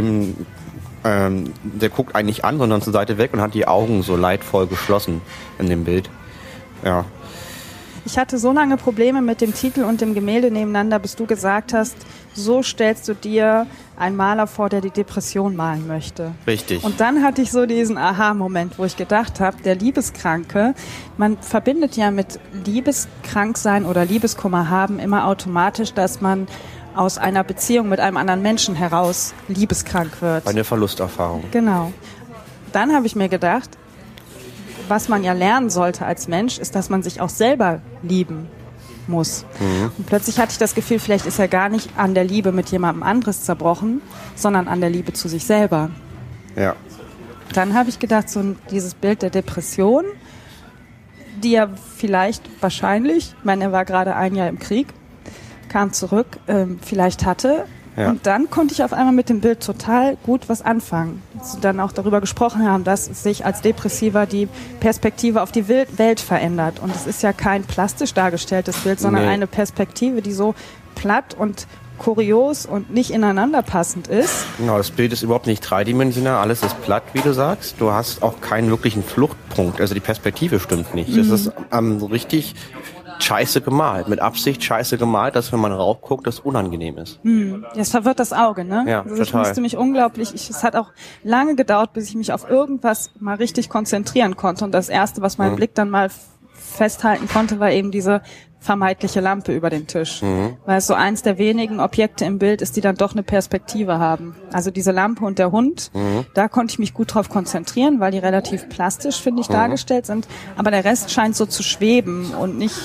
eigentlich an, sondern zur Seite weg und hat die Augen so leidvoll geschlossen in dem Bild. Ja. Ich hatte so lange Probleme mit dem Titel und dem Gemälde nebeneinander, bis du gesagt hast, so stellst du dir einen Maler vor, der die Depression malen möchte. Richtig. Und dann hatte ich so diesen Aha-Moment, wo ich gedacht habe, der Liebeskranke, man verbindet ja mit Liebeskranksein oder Liebeskummer haben immer automatisch, dass man aus einer Beziehung mit einem anderen Menschen heraus liebeskrank wird. Eine Verlusterfahrung. Genau. Dann habe ich mir gedacht, was man ja lernen sollte als Mensch, ist, dass man sich auch selber lieben muss. Und plötzlich hatte ich das Gefühl, vielleicht ist er gar nicht an der Liebe mit jemandem anderes zerbrochen, sondern an der Liebe zu sich selber. Ja. Dann habe ich gedacht, so dieses Bild der Depression, die er wahrscheinlich, ich meine, er war gerade ein Jahr im Krieg, kam zurück, vielleicht hatte. Ja. Und dann konnte ich auf einmal mit dem Bild total gut was anfangen. Dass wir dann auch darüber gesprochen haben, dass sich als Depressiver die Perspektive auf die Welt verändert. Und es ist ja kein plastisch dargestelltes Bild, sondern eine Perspektive, die so platt und kurios und nicht ineinander passend ist. Genau, das Bild ist überhaupt nicht dreidimensional, alles ist platt, wie du sagst. Du hast auch keinen wirklichen Fluchtpunkt, also die Perspektive stimmt nicht. Das ist richtig scheiße gemalt, mit Absicht scheiße gemalt, dass wenn man raufguckt, das unangenehm ist. Das verwirrt das Auge, ne? Ja, also ich musste mich es hat auch lange gedauert, bis ich mich auf irgendwas mal richtig konzentrieren konnte. Und das Erste, was mein Blick dann mal festhalten konnte, war eben diese vermeintliche Lampe über den Tisch. Weil es so eins der wenigen Objekte im Bild ist, die dann doch eine Perspektive haben. Also diese Lampe und der Hund, da konnte ich mich gut drauf konzentrieren, weil die relativ plastisch, finde ich, dargestellt sind. Aber der Rest scheint so zu schweben und nicht,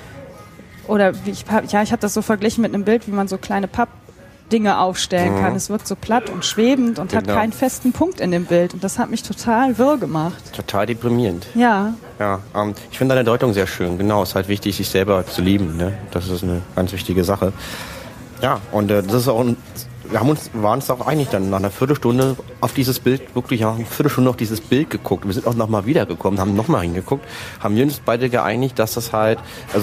oder ich habe das so verglichen mit einem Bild, wie man so kleine Pappdinge aufstellen kann. Es wirkt so platt und schwebend und hat keinen festen Punkt in dem Bild. Und das hat mich total wirr gemacht. Total deprimierend. Ja. Ja, ich finde deine Deutung sehr schön. Genau, es ist halt wichtig, sich selber zu lieben. Ne? Das ist eine ganz wichtige Sache. Ja, und das ist auch waren uns auch einig dann nach einer Viertelstunde auf dieses Bild, wirklich nach einer Viertelstunde auf dieses Bild geguckt. Wir sind auch nochmal wiedergekommen, haben nochmal hingeguckt, haben wir uns beide geeinigt, dass das halt,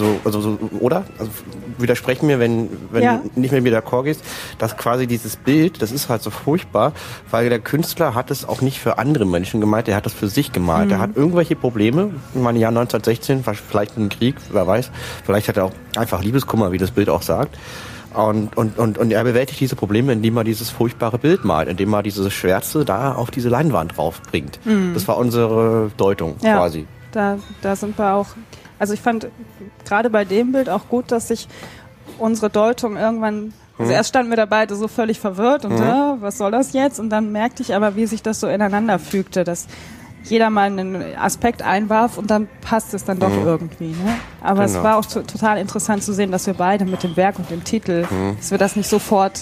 oder? Also widersprechen mir, wenn nicht mehr mir d'accord gehst, dass quasi dieses Bild, das ist halt so furchtbar, weil der Künstler hat es auch nicht für andere Menschen gemalt, der hat es für sich gemalt. Er hat irgendwelche Probleme, ich meine, Jahr 1916, vielleicht mit dem Krieg, wer weiß, vielleicht hat er auch einfach Liebeskummer, wie das Bild auch sagt. Und er bewältigt diese Probleme, indem er dieses furchtbare Bild malt, indem er diese Schwärze da auf diese Leinwand draufbringt. Das war unsere Deutung quasi. Da sind wir auch, also ich fand gerade bei dem Bild auch gut, dass sich unsere Deutung irgendwann, also erst standen wir da beide so völlig verwirrt und was soll das jetzt? Und dann merkte ich aber, wie sich das so ineinander fügte, dass jeder mal einen Aspekt einwarf und dann passt es dann doch irgendwie. Ne? Aber es war auch total interessant zu sehen, dass wir beide mit dem Werk und dem Titel, dass wir das nicht sofort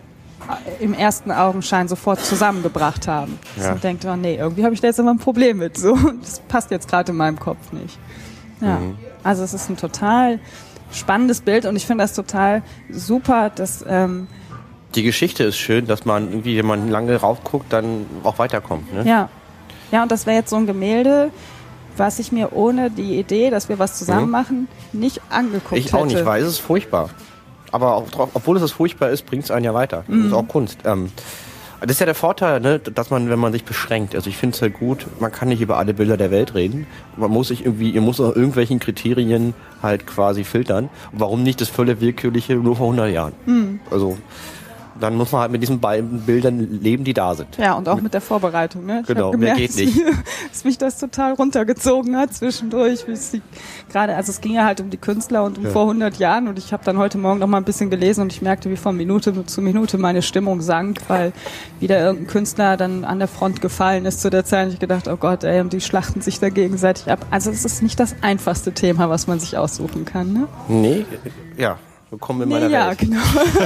im ersten Augenschein sofort zusammengebracht haben. Dass man denkt, oh nee, irgendwie habe ich da jetzt immer ein Problem mit. So, das passt jetzt gerade in meinem Kopf nicht. Ja, also es ist ein total spannendes Bild und ich finde das total super, dass die Geschichte ist schön, dass man irgendwie, wenn man lange raufguckt, dann auch weiterkommt. Ne? Ja, und das wäre jetzt so ein Gemälde, was ich mir ohne die Idee, dass wir was zusammen machen, nicht angeguckt hätte. Ich auch nicht, weil es ist furchtbar. Aber auch, obwohl es furchtbar ist, bringt es einen ja weiter. Das ist auch Kunst. Das ist ja der Vorteil, ne, dass man, wenn man sich beschränkt, also ich finde es halt gut, man kann nicht über alle Bilder der Welt reden. Ihr muss nach irgendwelchen Kriterien halt quasi filtern. Und warum nicht das völlig Willkürliche nur vor 100 Jahren? Also dann muss man halt mit diesen beiden Bildern leben, die da sind. Ja, und auch mit der Vorbereitung. Ne? Genau, mehr geht nicht. Dass mich das total runtergezogen hat zwischendurch. Gerade, also es ging ja halt um die Künstler und vor 100 Jahren und ich habe dann heute Morgen noch mal ein bisschen gelesen und ich merkte, wie von Minute zu Minute meine Stimmung sank, weil wieder irgendein Künstler dann an der Front gefallen ist zu der Zeit. Und ich gedacht, oh Gott, ey, und die schlachten sich da gegenseitig ab. Also es ist nicht das einfachste Thema, was man sich aussuchen kann. Ne? Nee, ja. Willkommen in meiner Welt. Ja, genau.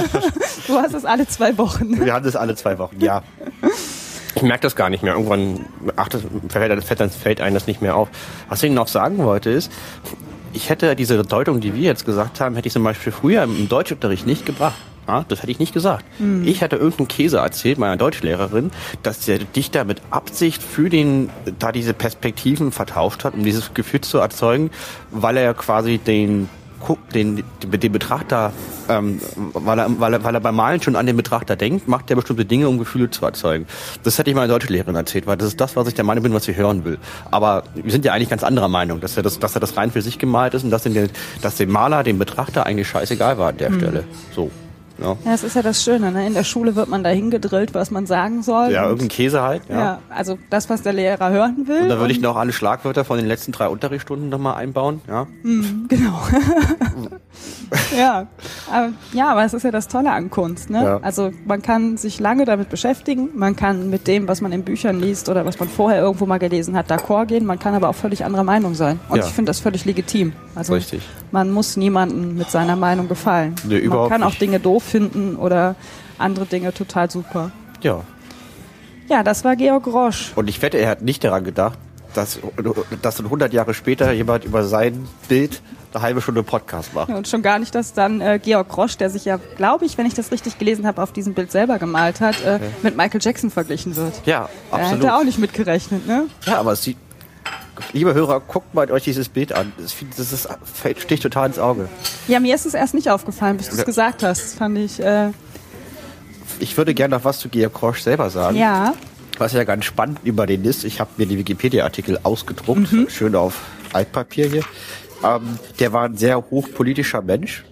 Du hast es alle 2 Wochen. Wir haben das alle 2 Wochen, ja. Ich merke das gar nicht mehr. Irgendwann fällt einem das nicht mehr auf. Was ich noch sagen wollte ist, ich hätte diese Deutung, die wir jetzt gesagt haben, hätte ich zum Beispiel früher im Deutschunterricht nicht gebracht. Ja, das hätte ich nicht gesagt. Ich hatte irgendeinen Käse erzählt, meiner Deutschlehrerin, dass der Dichter mit Absicht da diese Perspektiven vertauscht hat, um dieses Gefühl zu erzeugen, weil er quasi den Betrachter, weil er beim Malen schon an den Betrachter denkt, macht er bestimmte Dinge, um Gefühle zu erzeugen. Das hätte ich meiner Deutschlehrerin erzählt, weil das ist das, was ich der Meinung bin, was sie hören will. Aber wir sind ja eigentlich ganz anderer Meinung, dass er das rein für sich gemalt ist und dass dem Maler, dem Betrachter eigentlich scheißegal war an der Stelle. So. Ja, das ist ja das Schöne, ne? In der Schule wird man dahin gedrillt, was man sagen soll. Ja, irgendein Käse halt. Ja, also das, was der Lehrer hören will. Und da würde ich noch alle Schlagwörter von den letzten 3 Unterrichtsstunden nochmal einbauen. Ja, genau. Aber es ist ja das Tolle an Kunst. Ne? Ja. Also man kann sich lange damit beschäftigen, man kann mit dem, was man in Büchern liest oder was man vorher irgendwo mal gelesen hat, d'accord gehen, man kann aber auch völlig anderer Meinung sein. Und ich finde das völlig legitim. Also richtig. Man muss niemandem mit seiner Meinung gefallen. Nee, man kann auch Dinge doof finden oder andere Dinge total super. Ja. Ja, das war Georg Rosch. Und ich wette, er hat nicht daran gedacht, dass 100 Jahre später jemand über sein Bild eine halbe Stunde Podcast macht. Ja, und schon gar nicht, dass dann Georg Rosch, der sich ja, glaube ich, wenn ich das richtig gelesen habe, auf diesem Bild selber gemalt hat, mit Michael Jackson verglichen wird. Ja, absolut. Da hat er auch nicht mitgerechnet, ne? Ja, aber es sieht... Liebe Hörer, guckt mal euch dieses Bild an. Das sticht total ins Auge. Ja, mir ist es erst nicht aufgefallen, bis du es gesagt hast. Das fand ich... Ich würde gerne noch was zu Georg Rosch selber sagen. Ja. Was ja ganz spannend über den ist, ich habe mir die Wikipedia-Artikel ausgedruckt, schön auf Altpapier hier. Der war ein sehr hochpolitischer Mensch.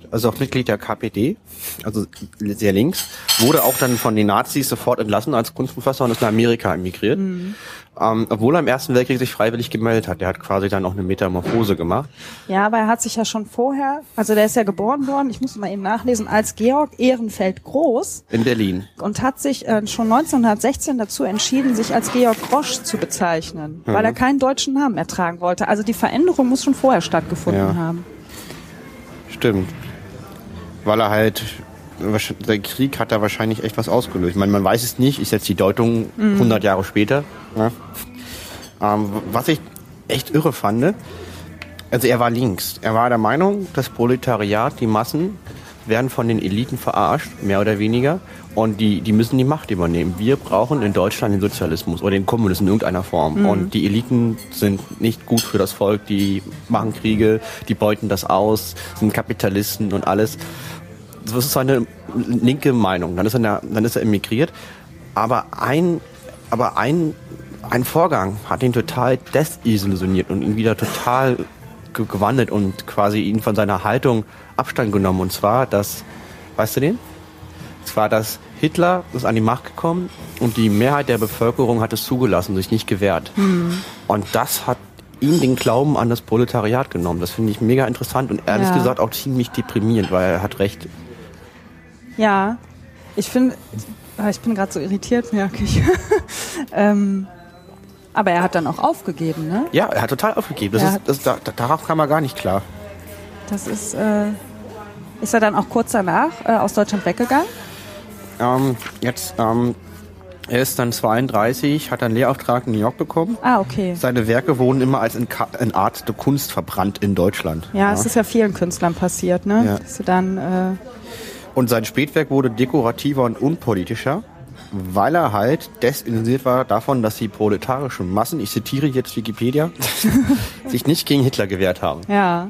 also auch Mitglied der KPD, also sehr links, wurde auch dann von den Nazis sofort entlassen als Kunstprofessor und ist nach Amerika emigriert. Obwohl er im Ersten Weltkrieg sich freiwillig gemeldet hat. Der hat quasi dann auch eine Metamorphose gemacht. Ja, aber er hat sich ja schon vorher, also der ist ja geboren worden, ich muss mal eben nachlesen, als Georg Ehrenfeld Groß. In Berlin. Und hat sich schon 1916 dazu entschieden, sich als Georg Grosch zu bezeichnen, weil er keinen deutschen Namen mehr tragen wollte. Also die Veränderung muss schon vorher stattgefunden haben. Stimmt. Weil er halt, der Krieg hat da wahrscheinlich echt was ausgelöst. Ich meine, man weiß es nicht, ist jetzt die Deutung 100 Jahre später. Ja. Was ich echt irre fand, also er war links. Er war der Meinung, das Proletariat, die Massen, werden von den Eliten verarscht, mehr oder weniger. Und die müssen die Macht übernehmen. Wir brauchen in Deutschland den Sozialismus oder den Kommunismus in irgendeiner Form. Und die Eliten sind nicht gut für das Volk, die machen Kriege, die beuten das aus, sind Kapitalisten und alles. Das ist seine linke Meinung. Dann ist er emigriert. Aber ein Vorgang hat ihn total desillusioniert und ihn wieder total gewandelt und quasi ihn von seiner Haltung Abstand genommen. Und zwar weißt du den? Es war, dass Hitler ist an die Macht gekommen und die Mehrheit der Bevölkerung hat es zugelassen, sich nicht gewehrt. Und das hat ihm den Glauben an das Proletariat genommen. Das finde ich mega interessant und ehrlich gesagt auch ziemlich deprimierend, weil er hat recht. Ja, ich bin gerade so irritiert, merke ich. Aber er hat dann auch aufgegeben, ne? Ja, er hat total aufgegeben. Darauf kam er gar nicht klar. Das ist er dann auch kurz danach aus Deutschland weggegangen? Er ist dann 32, hat einen Lehrauftrag in New York bekommen. Ah, okay. Seine Werke wurden immer als eine Art der Kunst verbrannt in Deutschland. Ja, es ist ja vielen Künstlern passiert, ne? Ja. Dass sie dann, und sein Spätwerk wurde dekorativer und unpolitischer, weil er halt desillusioniert war davon, dass die proletarischen Massen, ich zitiere jetzt Wikipedia, sich nicht gegen Hitler gewehrt haben. Ja.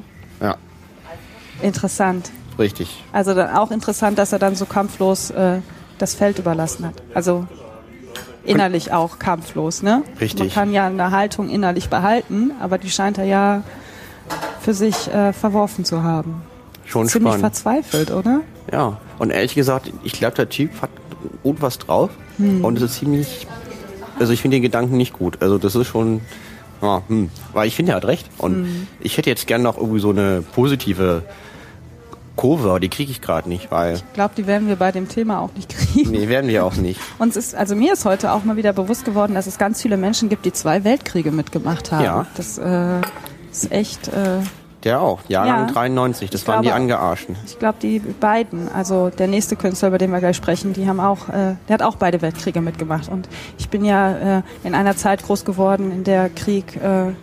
Interessant. Richtig. Also dann auch interessant, dass er dann so kampflos das Feld überlassen hat. Also innerlich auch kampflos, ne? Richtig. Man kann ja eine Haltung innerlich behalten, aber die scheint er ja für sich verworfen zu haben. Schon ziemlich spannend. Verzweifelt, oder? Ja, und ehrlich gesagt, ich glaube, der Typ hat gut was drauf und es ist ziemlich, also ich finde den Gedanken nicht gut. Also das ist schon, weil ich finde, er hat recht und ich hätte jetzt gerne noch irgendwie so eine positive Kurve, aber die kriege ich gerade nicht, weil... Ich glaube, die werden wir bei dem Thema auch nicht kriegen. Nee, werden wir auch nicht. Mir ist heute auch mal wieder bewusst geworden, dass es ganz viele Menschen gibt, die 2 Weltkriege mitgemacht haben. Ja. Das ist echt... Der auch, Jahrgang 93, das waren die Angearschten. Ich glaube, die beiden, also der nächste Künstler, über den wir gleich sprechen, die haben auch, der hat auch beide Weltkriege mitgemacht. Und ich bin ja in einer Zeit groß geworden, in der Krieg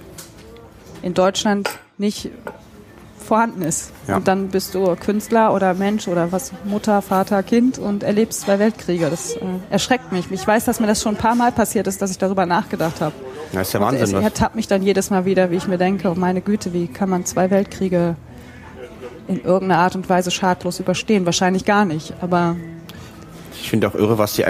in Deutschland nicht vorhanden ist. Ja. Und dann bist du Künstler oder Mensch oder was, Mutter, Vater, Kind und erlebst 2 Weltkriege. Das erschreckt mich. Ich weiß, dass mir das schon ein paar Mal passiert ist, dass ich darüber nachgedacht habe. Das ist ja Wahnsinn. Es ertappt mich dann jedes Mal wieder, wie ich mir denke, oh meine Güte, wie kann man 2 Weltkriege in irgendeiner Art und Weise schadlos überstehen? Wahrscheinlich gar nicht, aber... Ich finde auch irre, was sich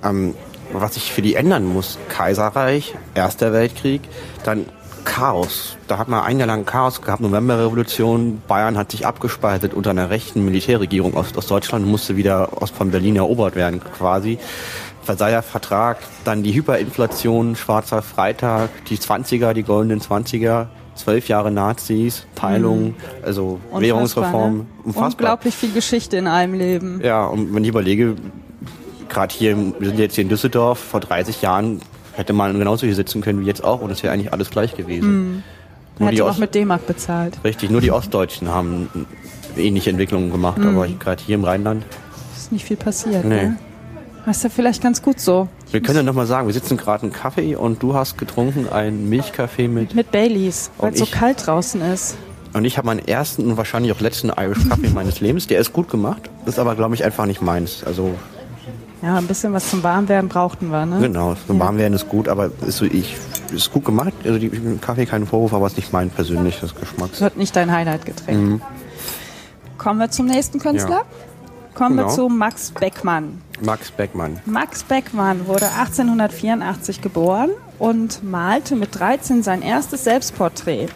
für die ändern muss. Kaiserreich, Erster Weltkrieg, dann Chaos. Da hat man ein Jahr lang Chaos gehabt, Novemberrevolution, Bayern hat sich abgespaltet unter einer rechten Militärregierung aus Deutschland, musste wieder von Berlin erobert werden quasi. Versailler Vertrag, dann die Hyperinflation, Schwarzer Freitag, die 20er, die goldenen 20er, 12 Jahre Nazis, Teilung, also unfassbar, Währungsreform. Ne? Unglaublich viel Geschichte in einem Leben. Ja, und wenn ich überlege, gerade hier, wir sind jetzt hier in Düsseldorf, vor 30 Jahren hätte man genauso hier sitzen können wie jetzt auch und es wäre eigentlich alles gleich gewesen. Man hätte auch mit D-Mark bezahlt. Richtig, nur die Ostdeutschen haben ähnliche Entwicklungen gemacht, aber gerade hier im Rheinland ist nicht viel passiert. Nee. Ne? Das ist ja vielleicht ganz gut so. Wir können ja nochmal sagen, wir sitzen gerade einen Kaffee und du hast getrunken einen Milchkaffee mit Baileys, weil es so kalt draußen ist. Und ich habe meinen ersten und wahrscheinlich auch letzten Irish Kaffee meines Lebens. Der ist gut gemacht, ist aber, glaube ich, einfach nicht meins. Also ja, ein bisschen was zum Warmwerden brauchten wir, ne? Genau, zum Warmwerden ist gut, aber ist gut gemacht. Also Kaffee kein Vorwurf, aber es ist nicht mein persönliches Geschmack. Das wird nicht dein Highlight-Getränk. Kommen wir zum nächsten Künstler? Ja. Kommen wir zu Max Beckmann. Max Beckmann wurde 1884 geboren und malte mit 13 sein erstes Selbstporträt.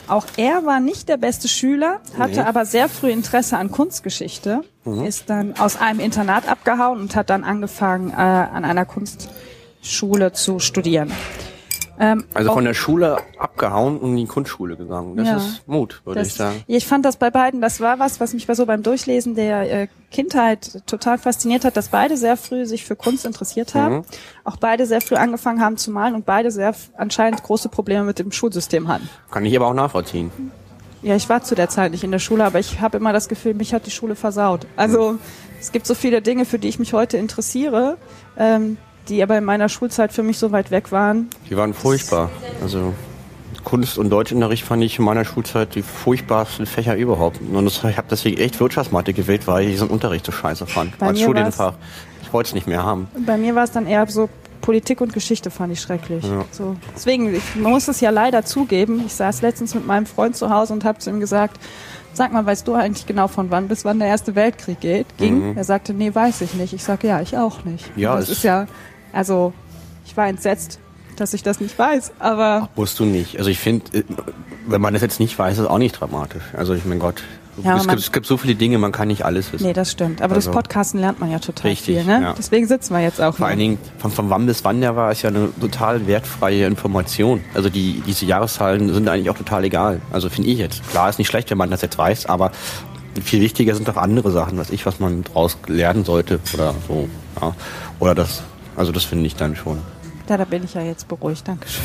Auch er war nicht der beste Schüler, hatte aber sehr früh Interesse an Kunstgeschichte, ist dann aus einem Internat abgehauen und hat dann angefangen, an einer Kunstschule zu studieren. Also von der Schule abgehauen und in die Kunstschule gegangen. Das ist Mut, würde ich sagen. Ich fand das bei beiden, das war was mich so beim Durchlesen der Kindheit total fasziniert hat, dass beide sehr früh sich für Kunst interessiert haben, auch beide sehr früh angefangen haben zu malen und beide sehr anscheinend große Probleme mit dem Schulsystem hatten. Kann ich aber auch nachvollziehen. Ja, ich war zu der Zeit nicht in der Schule, aber ich habe immer das Gefühl, mich hat die Schule versaut. Also es gibt so viele Dinge, für die ich mich heute interessiere, die aber in meiner Schulzeit für mich so weit weg waren. Die waren furchtbar. Also Kunst- und Deutschunterricht fand ich in meiner Schulzeit die furchtbarsten Fächer überhaupt. Und ich habe deswegen echt Wirtschaftsmathe gewählt, weil ich diesen Unterricht so scheiße fand. Als Studienfach. Ich wollte es nicht mehr haben. Bei mir war es dann eher so, Politik und Geschichte fand ich schrecklich. Ja. So. Deswegen, man muss es ja leider zugeben. Ich saß letztens mit meinem Freund zu Hause und habe zu ihm gesagt, sag mal, weißt du eigentlich genau von wann bis wann der Erste Weltkrieg ging? Er sagte, nee, weiß ich nicht. Ich sage, ja, ich auch nicht. Ja, das ist ja, also ich war entsetzt, dass ich das nicht weiß, aber... Ach, musst du nicht. Also ich finde, wenn man das jetzt nicht weiß, ist es auch nicht dramatisch. Also ich mein Gott, ja, es gibt so viele Dinge, man kann nicht alles wissen. Nee, das stimmt. Aber also, das Podcasten lernt man ja total richtig, viel. Ne? Ja. Deswegen sitzen wir jetzt auch Vor allen Dingen, von wann bis wann der war, ist ja eine total wertfreie Information. Also diese Jahreszahlen sind eigentlich auch total egal. Also finde ich jetzt. Klar, ist nicht schlecht, wenn man das jetzt weiß, aber viel wichtiger sind doch andere Sachen, was man daraus lernen sollte oder so. Ja. Oder das, also das finde ich dann schon. Ja, da bin ich ja jetzt beruhigt, Dankeschön.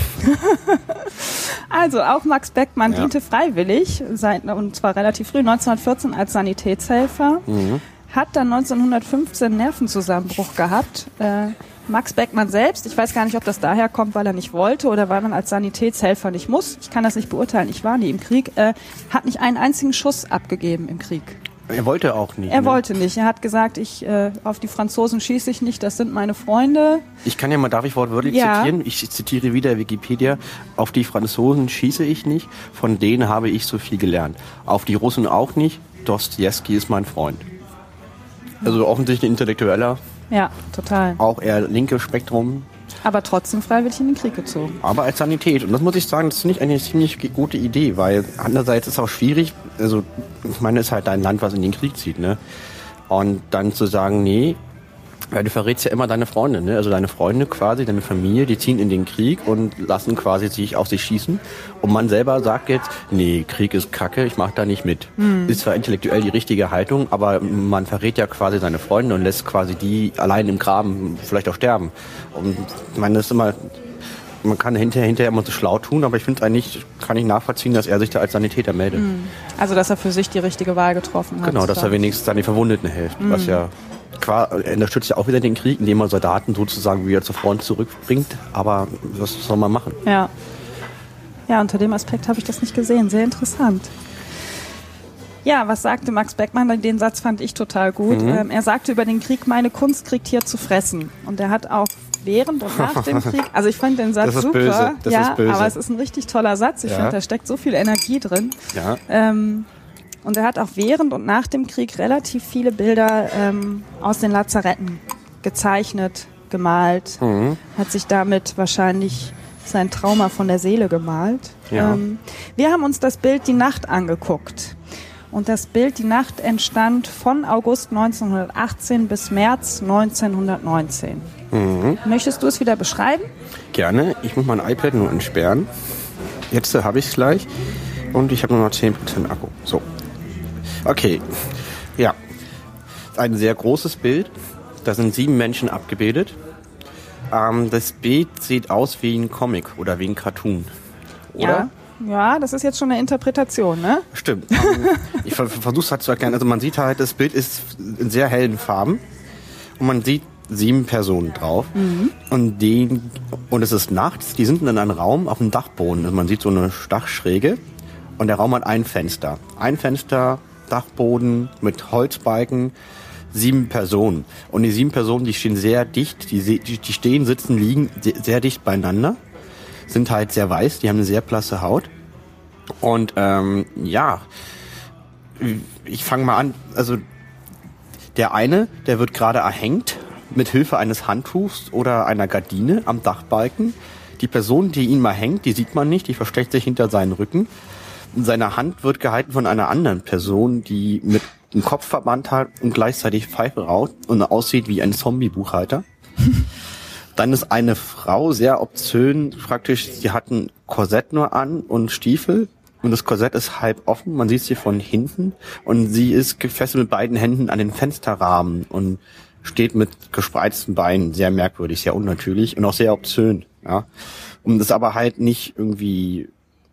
Also, auch Max Beckmann diente freiwillig, und zwar relativ früh, 1914 als Sanitätshelfer, hat dann 1915 einen Nervenzusammenbruch gehabt. Max Beckmann selbst, ich weiß gar nicht, ob das daher kommt, weil er nicht wollte oder weil man als Sanitätshelfer nicht muss, ich kann das nicht beurteilen, ich war nie im Krieg, hat nicht einen einzigen Schuss abgegeben im Krieg. Er wollte auch nicht. Er wollte nicht. Er hat gesagt, auf die Franzosen schieße ich nicht, das sind meine Freunde. Ich kann ja mal, darf ich wortwörtlich zitieren? Ich zitiere wieder Wikipedia. Auf die Franzosen schieße ich nicht, von denen habe ich so viel gelernt. Auf die Russen auch nicht, Dostojewski ist mein Freund. Also offensichtlich ein Intellektueller. Ja, total. Auch eher linke Spektrum. Aber trotzdem freiwillig in den Krieg gezogen. Aber als Sanität. Und das muss ich sagen, das finde ich eine ziemlich gute Idee, weil andererseits ist es auch schwierig, also ich meine, es ist halt dein Land, was in den Krieg zieht, ne? Und dann zu sagen, nee, weil du verrätst ja immer deine Freunde, ne? Also deine Freunde quasi, deine Familie, die ziehen in den Krieg und lassen quasi sich auf sich schießen. Und man selber sagt jetzt, nee, Krieg ist Kacke, ich mach da nicht mit. Ist zwar intellektuell die richtige Haltung, aber man verrät ja quasi seine Freunde und lässt quasi die allein im Graben vielleicht auch sterben. Und ich meine, das ist immer, man kann hinterher immer so schlau tun, aber ich finde eigentlich, kann ich nachvollziehen, dass er sich da als Sanitäter meldet. Also, dass er für sich die richtige Wahl getroffen hat. Genau, dass er wenigstens an die Verwundeten hilft, was ja... Er unterstützt ja auch wieder den Krieg, indem er Soldaten sozusagen wieder zur Front zurückbringt. Aber was soll man machen? Ja, unter dem Aspekt habe ich das nicht gesehen. Sehr interessant. Ja, was sagte Max Beckmann? Den Satz fand ich total gut. Er sagte über den Krieg, meine Kunst kriegt hier zu fressen. Und er hat auch während und nach dem Krieg, also ich fand den Satz super. Böse. Das ist böse. Aber es ist ein richtig toller Satz. Ich finde, da steckt so viel Energie drin. Ja. Und er hat auch während und nach dem Krieg relativ viele Bilder aus den Lazaretten gezeichnet, gemalt. Hat sich damit wahrscheinlich sein Trauma von der Seele gemalt. Ja. Wir haben uns das Bild Die Nacht angeguckt. Und das Bild Die Nacht entstand von August 1918 bis März 1919. Möchtest du es wieder beschreiben? Gerne. Ich muss mein iPad nur entsperren. Jetzt habe ich es gleich. Und ich habe nur noch 10% Akku. So. Okay. Ja. Ein sehr großes Bild. Da sind 7 Menschen abgebildet. Das Bild sieht aus wie ein Comic oder wie ein Cartoon. Oder? Ja, das ist jetzt schon eine Interpretation, ne? Stimmt. Ich versuche es halt zu erklären. Also man sieht halt, das Bild ist in sehr hellen Farben. Und man sieht 7 Personen drauf. Und es ist nachts. Die sind in einem Raum auf dem Dachboden. Also man sieht so eine Dachschräge. Und der Raum hat ein Fenster. Ein Fenster, Dachboden mit Holzbalken, 7 Personen. Und die 7 Personen, die stehen sehr dicht, die stehen, sitzen, liegen sehr dicht beieinander. Sind halt sehr weiß, die haben eine sehr blasse Haut. Und ich fange mal an. Also der eine, der wird gerade erhängt mit Hilfe eines Handtuchs oder einer Gardine am Dachbalken. Die Person, die ihn mal hängt, die sieht man nicht, die versteckt sich hinter seinen Rücken. Seine Hand wird gehalten von einer anderen Person, die mit einem Kopfverband hat und gleichzeitig Pfeife raucht und aussieht wie ein Zombie-Buchhalter. Dann ist eine Frau sehr obszön, praktisch, sie hat ein Korsett nur an und Stiefel und das Korsett ist halb offen, man sieht sie von hinten und sie ist gefesselt mit beiden Händen an den Fensterrahmen und steht mit gespreizten Beinen, sehr merkwürdig, sehr unnatürlich und auch sehr obszön, ja. Und das aber halt nicht irgendwie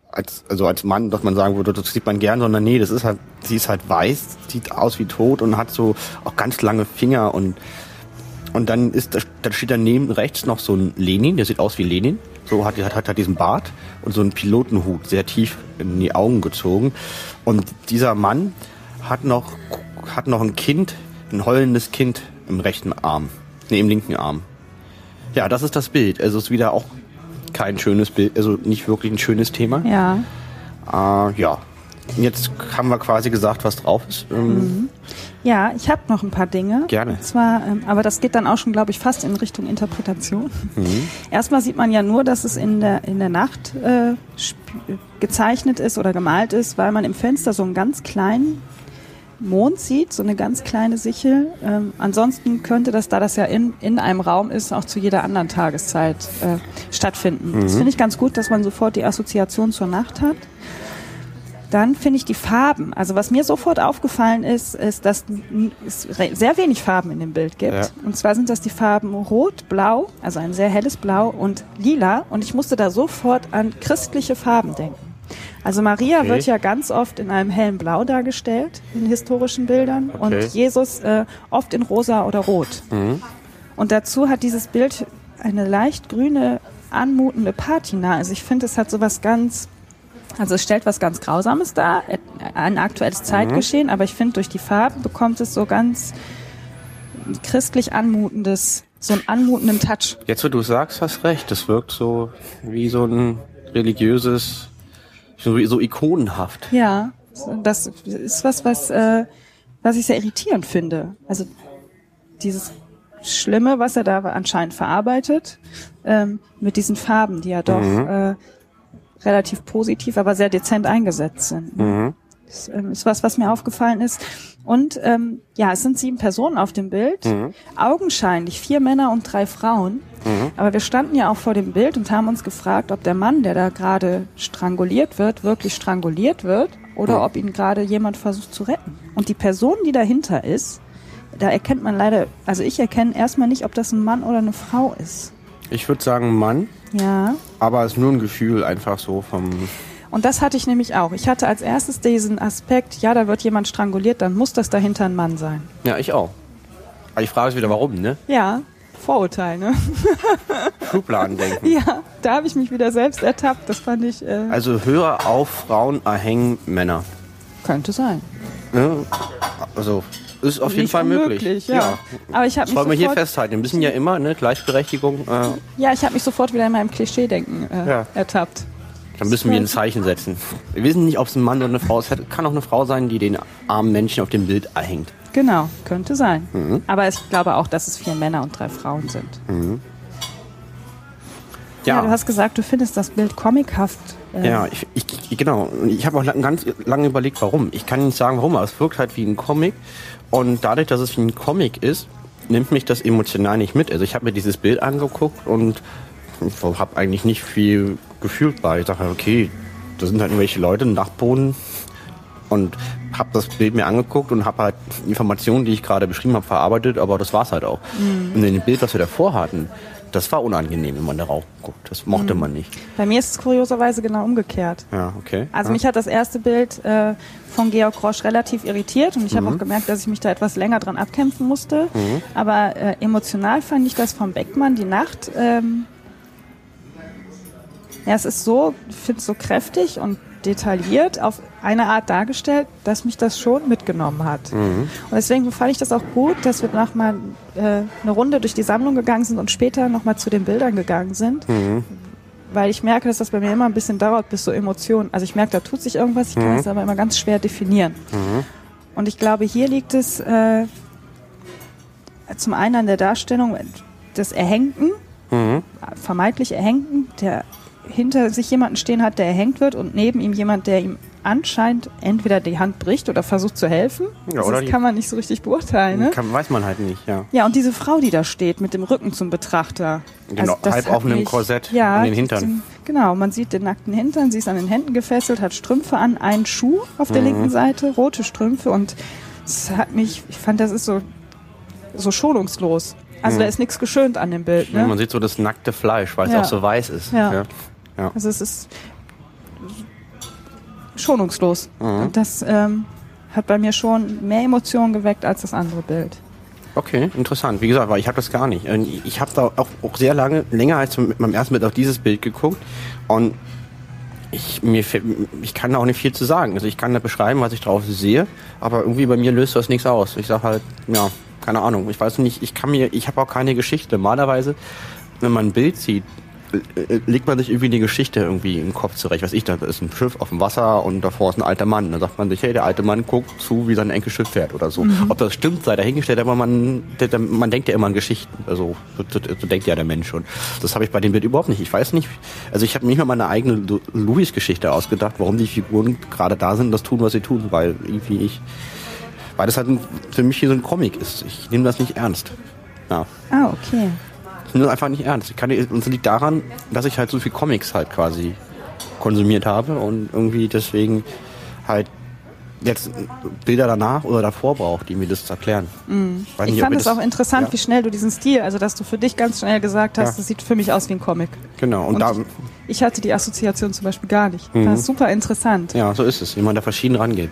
als Mann, dass man sagen würde, das sieht man gern, sondern nee, das ist halt, sie ist halt weiß, sieht aus wie tot und hat so auch ganz lange Finger und dann steht daneben rechts noch so ein Lenin, der sieht aus wie Lenin, so hat diesen Bart und so einen Pilotenhut sehr tief in die Augen gezogen und dieser Mann hat noch ein Kind, ein heulendes Kind im rechten Arm, im linken Arm. Ja, das ist das Bild, also ist wieder auch kein schönes Bild, also nicht wirklich ein schönes Thema. Ja. Ja. Jetzt haben wir quasi gesagt, was drauf ist. Ja, ich habe noch ein paar Dinge. Gerne. Und zwar, aber das geht dann auch schon, glaube ich, fast in Richtung Interpretation. Erstmal sieht man ja nur, dass es in der Nacht gezeichnet ist oder gemalt ist, weil man im Fenster so einen ganz kleinen Mond sieht, so eine ganz kleine Sichel. Ansonsten könnte das, da das ja in einem Raum ist, auch zu jeder anderen Tageszeit stattfinden. Das finde ich ganz gut, dass man sofort die Assoziation zur Nacht hat. Dann finde ich die Farben. Also was mir sofort aufgefallen ist, dass es sehr wenig Farben in dem Bild gibt. Ja. Und zwar sind das die Farben Rot, Blau, also ein sehr helles Blau und Lila. Und ich musste da sofort an christliche Farben denken. Also Maria wird ja ganz oft in einem hellen Blau dargestellt, in historischen Bildern. Und Jesus oft in Rosa oder Rot. Und dazu hat dieses Bild eine leicht grüne, anmutende Patina. Also ich finde, es hat sowas ganz... Also es stellt was ganz Grausames dar, ein aktuelles Zeitgeschehen, aber ich finde, durch die Farben bekommt es so ganz christlich anmutendes, so einen anmutenden Touch. Jetzt, wo du sagst, hast recht, das wirkt so wie so ein religiöses, so ikonenhaft. Ja, das ist was ich sehr irritierend finde. Also dieses Schlimme, was er da anscheinend verarbeitet, mit diesen Farben, die ja doch relativ positiv, aber sehr dezent eingesetzt sind. Das ist was mir aufgefallen ist. Und es sind 7 Personen auf dem Bild, augenscheinlich 4 Männer und 3 Frauen. Aber wir standen ja auch vor dem Bild und haben uns gefragt, ob der Mann, der da gerade stranguliert wird, wirklich stranguliert wird oder ob ihn gerade jemand versucht zu retten. Und die Person, die dahinter ist, da erkennt man leider, also ich erkenne erstmal nicht, ob das ein Mann oder eine Frau ist. Ich würde sagen Mann. Ja. Aber es ist nur ein Gefühl einfach so vom... Und das hatte ich nämlich auch. Ich hatte als erstes diesen Aspekt, ja, da wird jemand stranguliert, dann muss das dahinter ein Mann sein. Ja, ich auch. Aber die Frage ist wieder, warum, ne? Ja, Vorurteil, ne? Schubladendenken. Ja, da habe ich mich wieder selbst ertappt. Das fand ich... Also höre auf, Frauen erhängen Männer. Könnte sein. Ja, also... Ist auf jeden Fall möglich. Ja. Aber ich habe mich wollen wir hier festhalten. Wir müssen ja immer, ne, Gleichberechtigung. Ja, ich habe mich sofort wieder in meinem Klischee-Denken ertappt. Dann müssen wir ein Zeichen setzen. Wir wissen nicht, ob es ein Mann oder eine Frau ist. Kann auch eine Frau sein, die den armen Menschen auf dem Bild erhängt. Genau, könnte sein. Aber ich glaube auch, dass es 4 Männer und 3 Frauen sind. Ja, du hast gesagt, du findest das Bild comichaft. Ja, genau. Ich habe auch ganz lange überlegt, warum. Ich kann nicht sagen, warum, aber es wirkt halt wie ein Comic. Und dadurch, dass es wie ein Comic ist, nimmt mich das emotional nicht mit. Also ich habe mir dieses Bild angeguckt und habe eigentlich nicht viel gefühlt bei. Ich dachte, okay, da sind halt irgendwelche Leute im Dachboden und habe das Bild mir angeguckt und habe halt Informationen, die ich gerade beschrieben habe, verarbeitet, aber das war's halt auch. Und in dem Bild, was wir davor hatten, das war unangenehm, wenn man darauf guckt. Das mochte man nicht. Bei mir ist es kurioserweise genau umgekehrt. Ja, okay. Also mich hat das erste Bild von Georg Grosch relativ irritiert und ich habe auch gemerkt, dass ich mich da etwas länger dran abkämpfen musste. Aber emotional fand ich das von Beckmann, die Nacht, es ist so, ich finde es so kräftig und detailliert auf eine Art dargestellt, dass mich das schon mitgenommen hat. Und deswegen fand ich das auch gut, dass wir nochmal eine Runde durch die Sammlung gegangen sind und später nochmal zu den Bildern gegangen sind. Weil ich merke, dass das bei mir immer ein bisschen dauert, bis so Emotionen, also ich merke, da tut sich irgendwas, ich kann es aber immer ganz schwer definieren. Und ich glaube, hier liegt es zum einen an der Darstellung des Erhängten, vermeintlich Erhängten, der hinter sich jemanden stehen hat, der erhängt wird und neben ihm jemand, der ihm anscheinend entweder die Hand bricht oder versucht zu helfen. Ja, oder das kann man nicht so richtig beurteilen. Ne? Weiß man halt nicht, ja. Ja, und diese Frau, die da steht, mit dem Rücken zum Betrachter. Genau, das halb auf einem Korsett an den Hintern. Genau, man sieht den nackten Hintern, sie ist an den Händen gefesselt, hat Strümpfe an, einen Schuh auf der linken Seite, rote Strümpfe, und es hat mich, ich fand, das ist so schonungslos. Also da ist nichts geschönt an dem Bild. Ne? Ja, man sieht so das nackte Fleisch, weil es auch so weiß ist. Ja. Also es ist schonungslos. Und das hat bei mir schon mehr Emotionen geweckt als das andere Bild. Okay, interessant. Wie gesagt, weil ich habe das gar nicht. Ich habe da auch sehr länger als mit meinem ersten Bild auf dieses Bild geguckt, und ich kann da auch nicht viel zu sagen. Also ich kann da beschreiben, was ich drauf sehe, aber irgendwie bei mir löst das nichts aus. Ich sag halt, ja, keine Ahnung. Ich weiß nicht, ich habe auch keine Geschichte. Normalerweise, wenn man ein Bild sieht, legt man sich irgendwie eine Geschichte irgendwie im Kopf zurecht. Was da ist ein Schiff auf dem Wasser und davor ist ein alter Mann. Dann sagt man sich, hey, der alte Mann guckt zu, wie sein Enkelschiff fährt oder so. Ob das stimmt, sei dahingestellt, aber man denkt ja immer an Geschichten. Also so denkt ja der Mensch schon. Das habe ich bei dem Bild überhaupt nicht. Ich weiß nicht, also ich habe nicht mal meine eigene Louis-Geschichte ausgedacht, warum die Figuren gerade da sind und das tun, was sie tun, weil das halt für mich hier so ein Comic ist. Ich nehme das nicht ernst. Ja. Ah, okay. Ich nehme das einfach nicht ernst. Und es liegt daran, dass ich halt so viel Comics halt quasi konsumiert habe und irgendwie deswegen halt jetzt Bilder danach oder davor brauche, die mir das erklären. Ich fand es auch interessant, wie schnell du diesen Stil, also dass du für dich ganz schnell gesagt hast, das sieht für mich aus wie ein Comic. Genau. Und ich hatte die Assoziation zum Beispiel gar nicht. Das ist super interessant. Ja, so ist es, wie man da verschieden rangeht.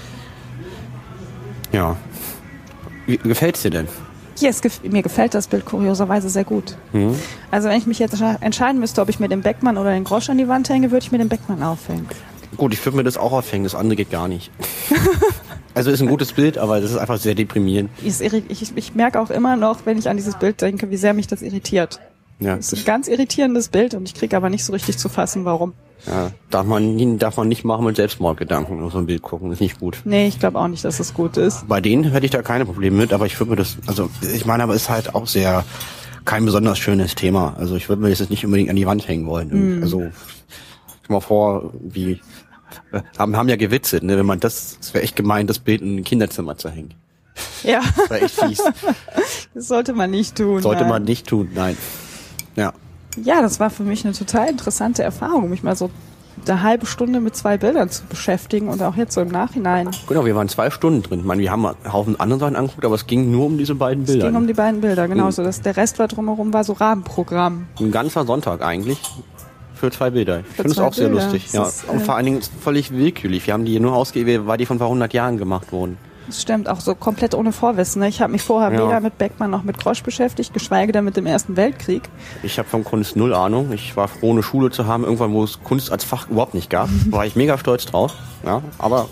Ja. Wie gefällt es dir denn? Ja, mir gefällt das Bild kurioserweise sehr gut. Also wenn ich mich jetzt entscheiden müsste, ob ich mir den Beckmann oder den Grosch an die Wand hänge, würde ich mir den Beckmann aufhängen. Gut, ich würde mir das auch aufhängen, das andere geht gar nicht. Also ist ein gutes Bild, aber das ist einfach sehr deprimierend. Ich merke auch immer noch, wenn ich an dieses Bild denke, wie sehr mich das irritiert. Ja. Es ist ein ganz irritierendes Bild und ich kriege aber nicht so richtig zu fassen, warum. Ja, darf man nicht machen mit Selbstmordgedanken auf so ein Bild gucken, ist nicht gut. Nee, ich glaube auch nicht, dass es gut ist. Bei denen hätte ich da keine Probleme mit, aber ich würde mir das, also ich meine, aber ist halt auch kein besonders schönes Thema. Also ich würde mir das jetzt nicht unbedingt an die Wand hängen wollen. Also stell mal vor, haben ja gewitzelt, ne, wenn man das wäre echt gemein, das Bild in ein Kinderzimmer zu hängen. Ja. Das wäre echt fies. Das sollte man nicht tun. Man nicht tun, nein. Ja. Ja, das war für mich eine total interessante Erfahrung, mich mal so eine halbe Stunde mit 2 Bildern zu beschäftigen und auch jetzt so im Nachhinein. Genau, wir waren 2 Stunden drin. Ich meine, wir haben einen Haufen andere Sachen angeguckt, aber es ging nur um diese beiden Bilder. Es ging um die beiden Bilder, genau. So, der Rest war drumherum, war so Rahmenprogramm. Ein ganzer Sonntag eigentlich für 2 Bilder. Ich finde es auch sehr lustig. Ja. Und vor allen Dingen völlig willkürlich. Wir haben die nur ausgewählt, weil die von vor 100 Jahren gemacht wurden. Das stimmt, auch so komplett ohne Vorwissen. Ne? Ich habe mich vorher weder mit Beckmann noch mit Grosch beschäftigt, geschweige denn mit dem Ersten Weltkrieg. Ich habe von Kunst 0 Ahnung. Ich war froh, eine Schule zu haben, irgendwann, wo es Kunst als Fach überhaupt nicht gab. War ich mega stolz drauf. Ja, aber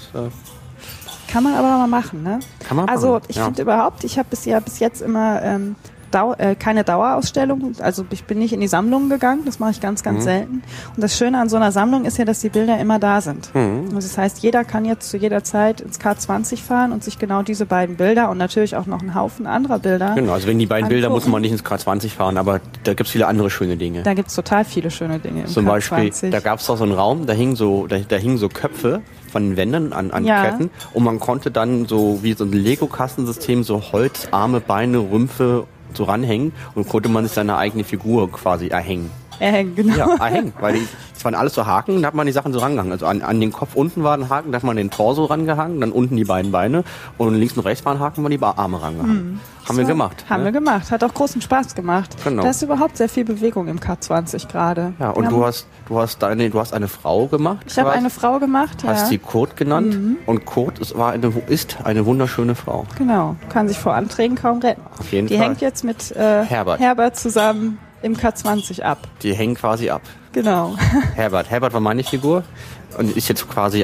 kann man aber mal machen, ne? Kann man also machen, ich finde überhaupt, ich habe bis jetzt immer keine Dauerausstellung, also ich bin nicht in die Sammlung gegangen, das mache ich ganz, ganz selten. Und das Schöne an so einer Sammlung ist ja, dass die Bilder immer da sind. Also das heißt, jeder kann jetzt zu jeder Zeit ins K20 fahren und sich genau diese beiden Bilder und natürlich auch noch einen Haufen anderer Bilder Genau, also wegen die beiden Bilder muss man nicht ins K20 fahren, aber da gibt's viele andere schöne Dinge. Da gibt's total viele schöne Dinge im Zum K20. Beispiel, da gab's doch so einen Raum, da hingen so Köpfe von den Wänden an Ketten und man konnte dann so wie so ein Lego-Kastensystem so Holz, Arme, Beine, Rümpfe so ranhängen und konnte man sich seine eigene Figur quasi erhängen. Erhängen, genau. Ja, erhängen, weil das waren alles so Haken, da hat man die Sachen so rangehangen. Also an den Kopf unten war ein Haken, da hat man den Torso rangehangen, dann unten die beiden Beine und links und rechts war ein Haken, man die Arme rangehangen. Haben wir gemacht. Haben wir gemacht. Hat auch großen Spaß gemacht. Genau. Da ist überhaupt sehr viel Bewegung im K20 gerade. Ja, und du hast eine Frau gemacht. Ich habe eine Frau gemacht, ja. Hast sie Kurt genannt und Kurt ist eine wunderschöne Frau. Genau, kann sich vor Anträgen kaum retten. Auf jeden Die Fall. hängt jetzt mit Herbert zusammen im K20 ab. Die hängen quasi ab. Genau. Herbert war meine Figur und ist jetzt quasi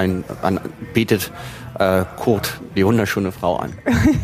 betet Kurt, die wunderschöne Frau an.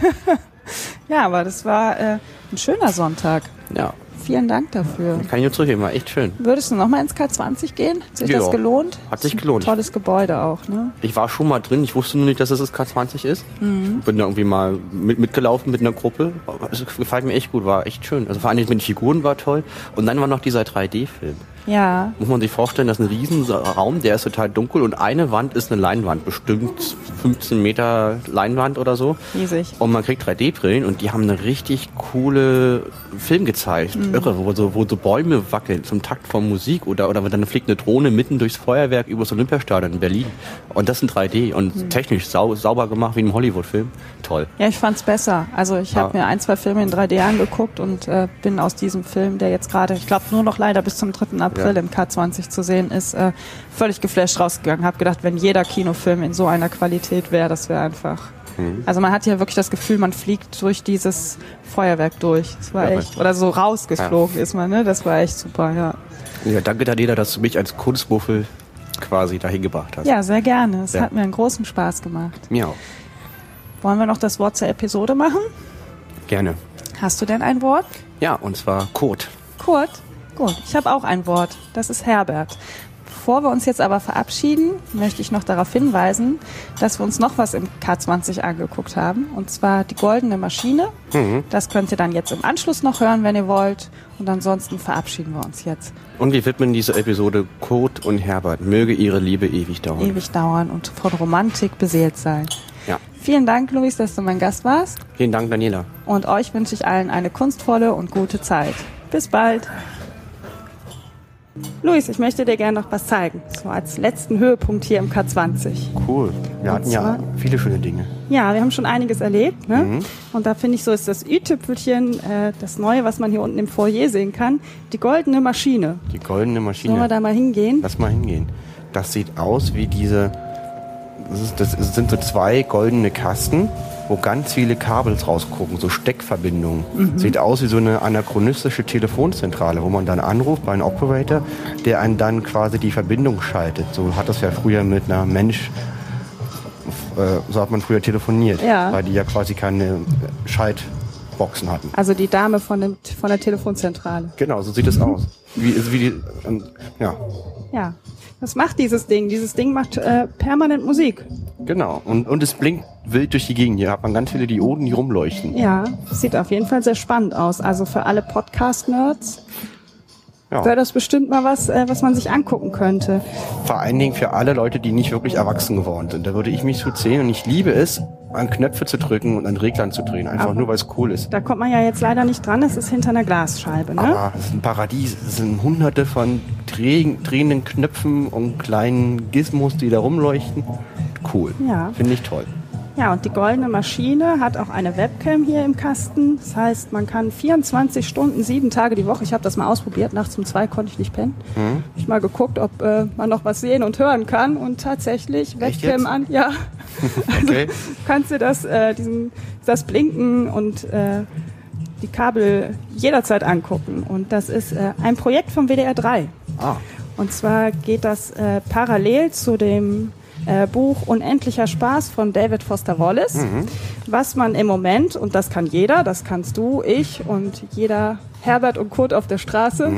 Ja, aber das war ein schöner Sonntag. Ja. Vielen Dank dafür. Kann ich nur zurückgeben, war echt schön. Würdest du nochmal ins K20 gehen? Hat sich das gelohnt? Hat sich gelohnt. Tolles Gebäude auch, ne? Ich war schon mal drin, ich wusste nur nicht, dass es das K20 ist. Bin da irgendwie mal mitgelaufen mit einer Gruppe. Es gefällt mir echt gut, war echt schön. Also vor allem mit den Figuren war toll. Und dann war noch dieser 3D-Film. Ja. Muss man sich vorstellen, das ist ein Riesenraum, der ist total dunkel und eine Wand ist eine Leinwand, bestimmt 15 Meter Leinwand oder so. Riesig. Und man kriegt 3D-Brillen und die haben eine richtig coole Film gezeigt. Irre, wo so Bäume wackeln zum Takt von Musik oder dann fliegt eine Drohne mitten durchs Feuerwerk übers Olympiastadion in Berlin. Und das in 3D und technisch sauber gemacht wie in einem Hollywood-Film. Toll. Ja, ich fand's besser. Also ich habe mir 1, 2 Filme in 3D angeguckt und bin aus diesem Film, der jetzt gerade, ich glaube nur noch leider bis zum 3. April im K20 zu sehen ist, völlig geflasht rausgegangen. Habe gedacht, wenn jeder Kinofilm in so einer Qualität wäre, das wäre einfach... Also man hat ja wirklich das Gefühl, man fliegt durch dieses Feuerwerk durch. Das war echt... Oder so rausgeflogen ist man, ne? Das war echt super, ja. Ja, danke Daniela, dass du mich als Kunstmuffel quasi dahin gebracht hast. Ja, sehr gerne. Es hat mir einen großen Spaß gemacht. Mir auch. Wollen wir noch das Wort zur Episode machen? Gerne. Hast du denn ein Wort? Ja, und zwar Kurt. Kurt? Gut, ich habe auch ein Wort. Das ist Herbert. Bevor wir uns jetzt aber verabschieden, möchte ich noch darauf hinweisen, dass wir uns noch was im K20 angeguckt haben. Und zwar die Goldene Maschine. Das könnt ihr dann jetzt im Anschluss noch hören, wenn ihr wollt. Und ansonsten verabschieden wir uns jetzt. Und wir widmen diese Episode Kurt und Herbert. Möge ihre Liebe ewig dauern. Ewig dauern und von Romantik beseelt sein. Ja. Vielen Dank, Luis, dass du mein Gast warst. Vielen Dank, Daniela. Und euch wünsche ich allen eine kunstvolle und gute Zeit. Bis bald. Luis, ich möchte dir gerne noch was zeigen. So als letzten Höhepunkt hier im K20. Cool. Wir hatten ja viele schöne Dinge. Ja, wir haben schon einiges erlebt. Ne? Und da finde ich, so ist das Ü-Tüpfelchen, das Neue, was man hier unten im Foyer sehen kann, die Goldene Maschine. Die Goldene Maschine. Sollen wir da mal hingehen? Lass mal hingehen. Das sieht aus wie diese... Das sind so 2 goldene Kasten, wo ganz viele Kabel rausgucken, so Steckverbindungen. Sieht aus wie so eine anachronistische Telefonzentrale, wo man dann anruft bei einem Operator, der einen dann quasi die Verbindung schaltet. So hat das ja früher mit einer so hat man früher telefoniert, weil die ja quasi keine Schaltboxen hatten. Also die Dame von der Telefonzentrale. Genau, so sieht es aus. Ja. Was macht dieses Ding? Dieses Ding macht permanent Musik. Genau. Und es blinkt wild durch die Gegend. Hier hat man ganz viele Dioden, die rumleuchten. Ja, sieht auf jeden Fall sehr spannend aus. Also für alle Podcast-Nerds wäre das bestimmt mal was man sich angucken könnte. Vor allen Dingen für alle Leute, die nicht wirklich erwachsen geworden sind. Da würde ich mich zu zählen und ich liebe es, an Knöpfe zu drücken und an Reglern zu drehen. Einfach nur, weil es cool ist. Da kommt man ja jetzt leider nicht dran. Das ist hinter einer Glasscheibe, ne? Aber das ist ein Paradies. Es sind hunderte von drehenden Knöpfen und kleinen Gizmos, die da rumleuchten. Cool. Ja. Finde ich toll. Ja, und die Goldene Maschine hat auch eine Webcam hier im Kasten. Das heißt, man kann 24 Stunden, 7 Tage die Woche, ich habe das mal ausprobiert, nachts um 2 konnte ich nicht pennen. Hab ich mal geguckt, ob man noch was sehen und hören kann. Und tatsächlich, Webcam an, ja. Okay. Also kannst du das Blinken und die Kabel jederzeit angucken. Und das ist ein Projekt vom WDR 3. Und zwar geht das parallel zu dem Buch Unendlicher Spaß von David Foster Wallace, was man im Moment, und das kann jeder, das kannst du, ich und jeder Herbert und Kurt auf der Straße,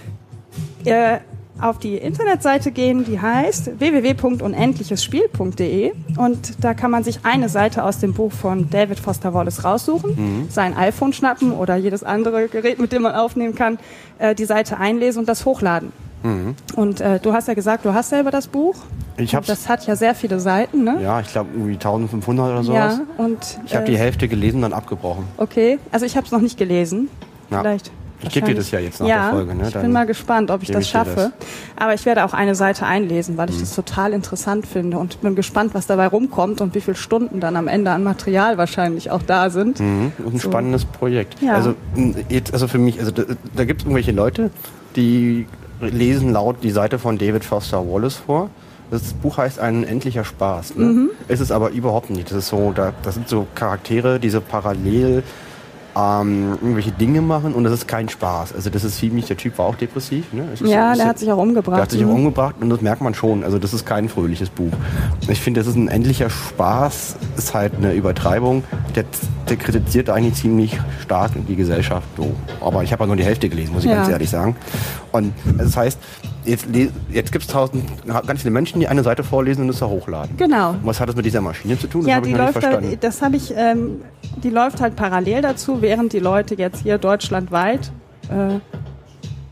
auf die Internetseite gehen, die heißt www.unendlichesspiel.de und da kann man sich eine Seite aus dem Buch von David Foster Wallace raussuchen, sein iPhone schnappen oder jedes andere Gerät, mit dem man aufnehmen kann, die Seite einlesen und das hochladen. Und du hast ja gesagt, du hast selber das Buch. Das hat ja sehr viele Seiten, ne? Ja, ich glaube irgendwie 1500 oder sowas. Ja, und ich habe die Hälfte gelesen, dann abgebrochen. Okay, also ich habe es noch nicht gelesen. Ja. Ich gebe dir das ja jetzt nach der Folge. Ne? Ich bin mal gespannt, ob ich das schaffe. Aber ich werde auch eine Seite einlesen, weil ich das total interessant finde und bin gespannt, was dabei rumkommt und wie viele Stunden dann am Ende an Material wahrscheinlich auch da sind. Und ein spannendes Projekt. Ja. Also für mich, da gibt es irgendwelche Leute, die lesen laut die Seite von David Foster Wallace vor. Das Buch heißt Ein unendlicher Spaß. Ne? Es ist aber überhaupt nicht. Das ist so, das sind so Charaktere, die so parallel irgendwelche Dinge machen und das ist kein Spaß. Also das ist ziemlich, der Typ war auch depressiv. Ne? Der hat sich auch umgebracht. Der hat sich auch umgebracht und das merkt man schon. Also das ist kein fröhliches Buch. Ich finde, das ist ein endlicher Spaß, ist halt eine Übertreibung. Der kritisiert eigentlich ziemlich stark die Gesellschaft. So. Aber ich habe ja nur die Hälfte gelesen, muss ich ganz ehrlich sagen. Und das heißt, jetzt gibt es ganz viele Menschen, die eine Seite vorlesen und es da hochladen. Genau. Und was hat das mit dieser Maschine zu tun? Das habe ich noch nicht verstanden. Die läuft halt parallel dazu, während die Leute jetzt hier deutschlandweit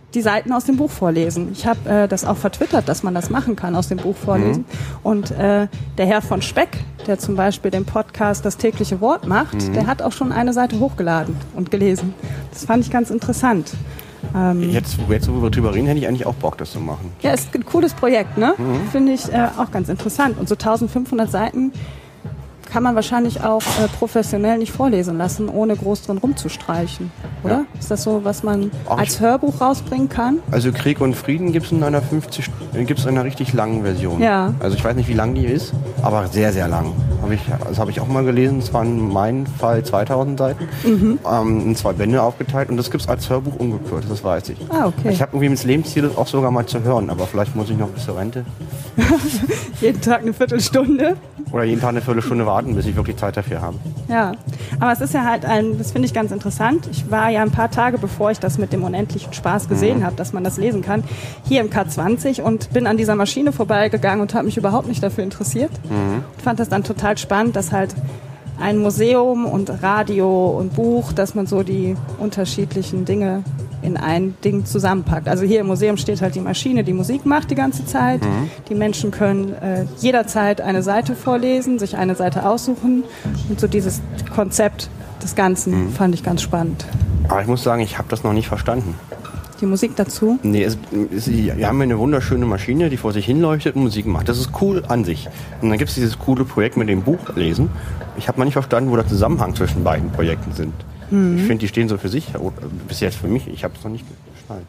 die Seiten aus dem Buch vorlesen. Ich habe das auch vertwittert, dass man das machen kann, aus dem Buch vorlesen. Und der Herr von Speck, der zum Beispiel den Podcast Das tägliche Wort macht, der hat auch schon eine Seite hochgeladen und gelesen. Das fand ich ganz interessant. Jetzt, wo wir drüber reden, hätte ich eigentlich auch Bock, das zu machen. Ja, ist ein cooles Projekt, ne? Finde ich auch ganz interessant. Und so 1500 Seiten kann man wahrscheinlich auch professionell nicht vorlesen lassen, ohne groß drin rumzustreichen, oder? Ja. Ist das so, was man als Hörbuch rausbringen kann? Also Krieg und Frieden gibt es in einer richtig langen Version. Ja. Also ich weiß nicht, wie lang die ist, aber sehr, sehr lang. Das habe ich auch mal gelesen. Es waren in meinem Fall 2000 Seiten, in 2 Bände aufgeteilt und das gibt es als Hörbuch umgekürzt, das weiß ich. Ah, okay. Ich habe irgendwie das Lebensziel, das auch sogar mal zu hören, aber vielleicht muss ich noch bis zur Rente. Jeden Tag eine Viertelstunde? Oder jeden Tag eine Viertelstunde warten, bis ich wirklich Zeit dafür habe. Ja, aber es ist ja halt das finde ich ganz interessant. Ich war ja ein paar Tage, bevor ich das mit dem unendlichen Spaß gesehen habe, dass man das lesen kann, hier im K20 und bin an dieser Maschine vorbeigegangen und habe mich überhaupt nicht dafür interessiert. Ich fand das dann total spannend, dass halt ein Museum und Radio und Buch, dass man so die unterschiedlichen Dinge in ein Ding zusammenpackt. Also hier im Museum steht halt die Maschine, die Musik macht die ganze Zeit. Die Menschen können jederzeit eine Seite vorlesen, sich eine Seite aussuchen und so dieses Konzept des Ganzen fand ich ganz spannend. Aber ich muss sagen, ich habe das noch nicht verstanden. Die Musik dazu? Nee, wir haben eine wunderschöne Maschine, die vor sich hinleuchtet und Musik macht. Das ist cool an sich. Und dann gibt es dieses coole Projekt mit dem Buchlesen. Ich habe mal nicht verstanden, wo der Zusammenhang zwischen beiden Projekten sind. Ich finde, die stehen so für sich. Bis jetzt für mich. Ich habe es noch nicht geschnallt.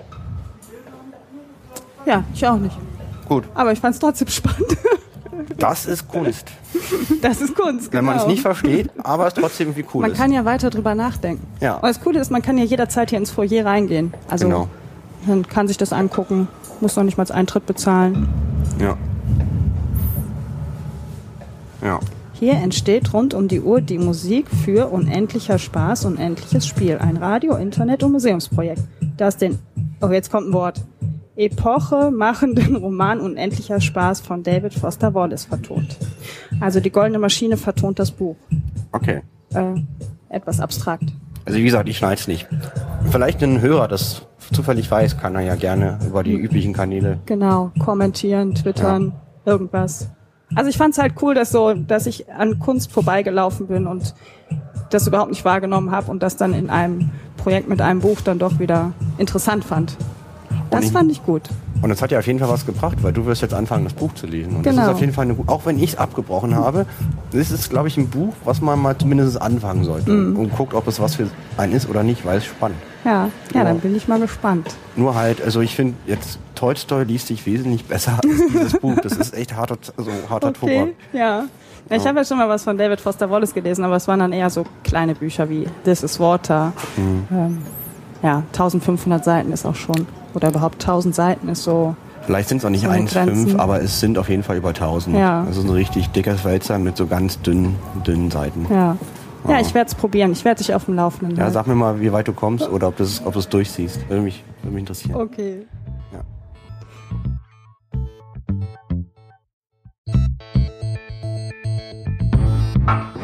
Ja, ich auch nicht. Gut. Aber ich fand es trotzdem spannend. Das ist Kunst. Das ist Kunst, wenn man es nicht versteht, aber es trotzdem irgendwie cool ist. Man kann ja weiter drüber nachdenken. Ja. Und das Coole ist, man kann ja jederzeit hier ins Foyer reingehen. Also man kann sich das angucken, muss noch nicht mal Eintritt bezahlen. Ja. Ja. Hier entsteht rund um die Uhr die Musik für unendlicher Spaß, unendliches Spiel. Ein Radio-, Internet- und Museumsprojekt, das den, jetzt kommt ein Wort, epochemachenden Roman Unendlicher Spaß von David Foster Wallace vertont. Also die Goldene Maschine vertont das Buch. Okay. Etwas abstrakt. Also wie gesagt, ich schneid's nicht. Vielleicht ein Hörer, das zufällig weiß, kann er ja gerne über die üblichen Kanäle... Genau, kommentieren, twittern, irgendwas. Also ich fand's halt cool, dass ich an Kunst vorbeigelaufen bin und das überhaupt nicht wahrgenommen habe und das dann in einem Projekt mit einem Buch dann doch wieder interessant fand. Das fand ich gut. Und das hat ja auf jeden Fall was gebracht, weil du wirst jetzt anfangen, das Buch zu lesen. Und das ist auf jeden Fall auch wenn ich es abgebrochen habe, das ist, glaube ich, ein Buch, was man mal zumindest anfangen sollte. Und guckt, ob es was für einen ist oder nicht, weil es spannend. Ja, dann bin ich mal gespannt. Nur halt, also ich finde jetzt, Tolstoi liest sich wesentlich besser als dieses Buch. Das ist echt harter Tobak. Ja. Ich habe ja schon mal was von David Foster Wallace gelesen, aber es waren dann eher so kleine Bücher wie This is Water. 1500 Seiten ist auch schon, oder überhaupt 1000 Seiten ist so. Vielleicht sind es auch nicht 1,5, aber es sind auf jeden Fall über 1000. Ja. Das ist ein richtig dicker Wälzer mit so ganz dünnen Seiten. Ja. Ja, ich werde es probieren. Ich werde dich auf dem Laufenden halten. Ja, sag mir mal, wie weit du kommst oder ob du es durchziehst. Würde mich interessieren. Okay. Ja.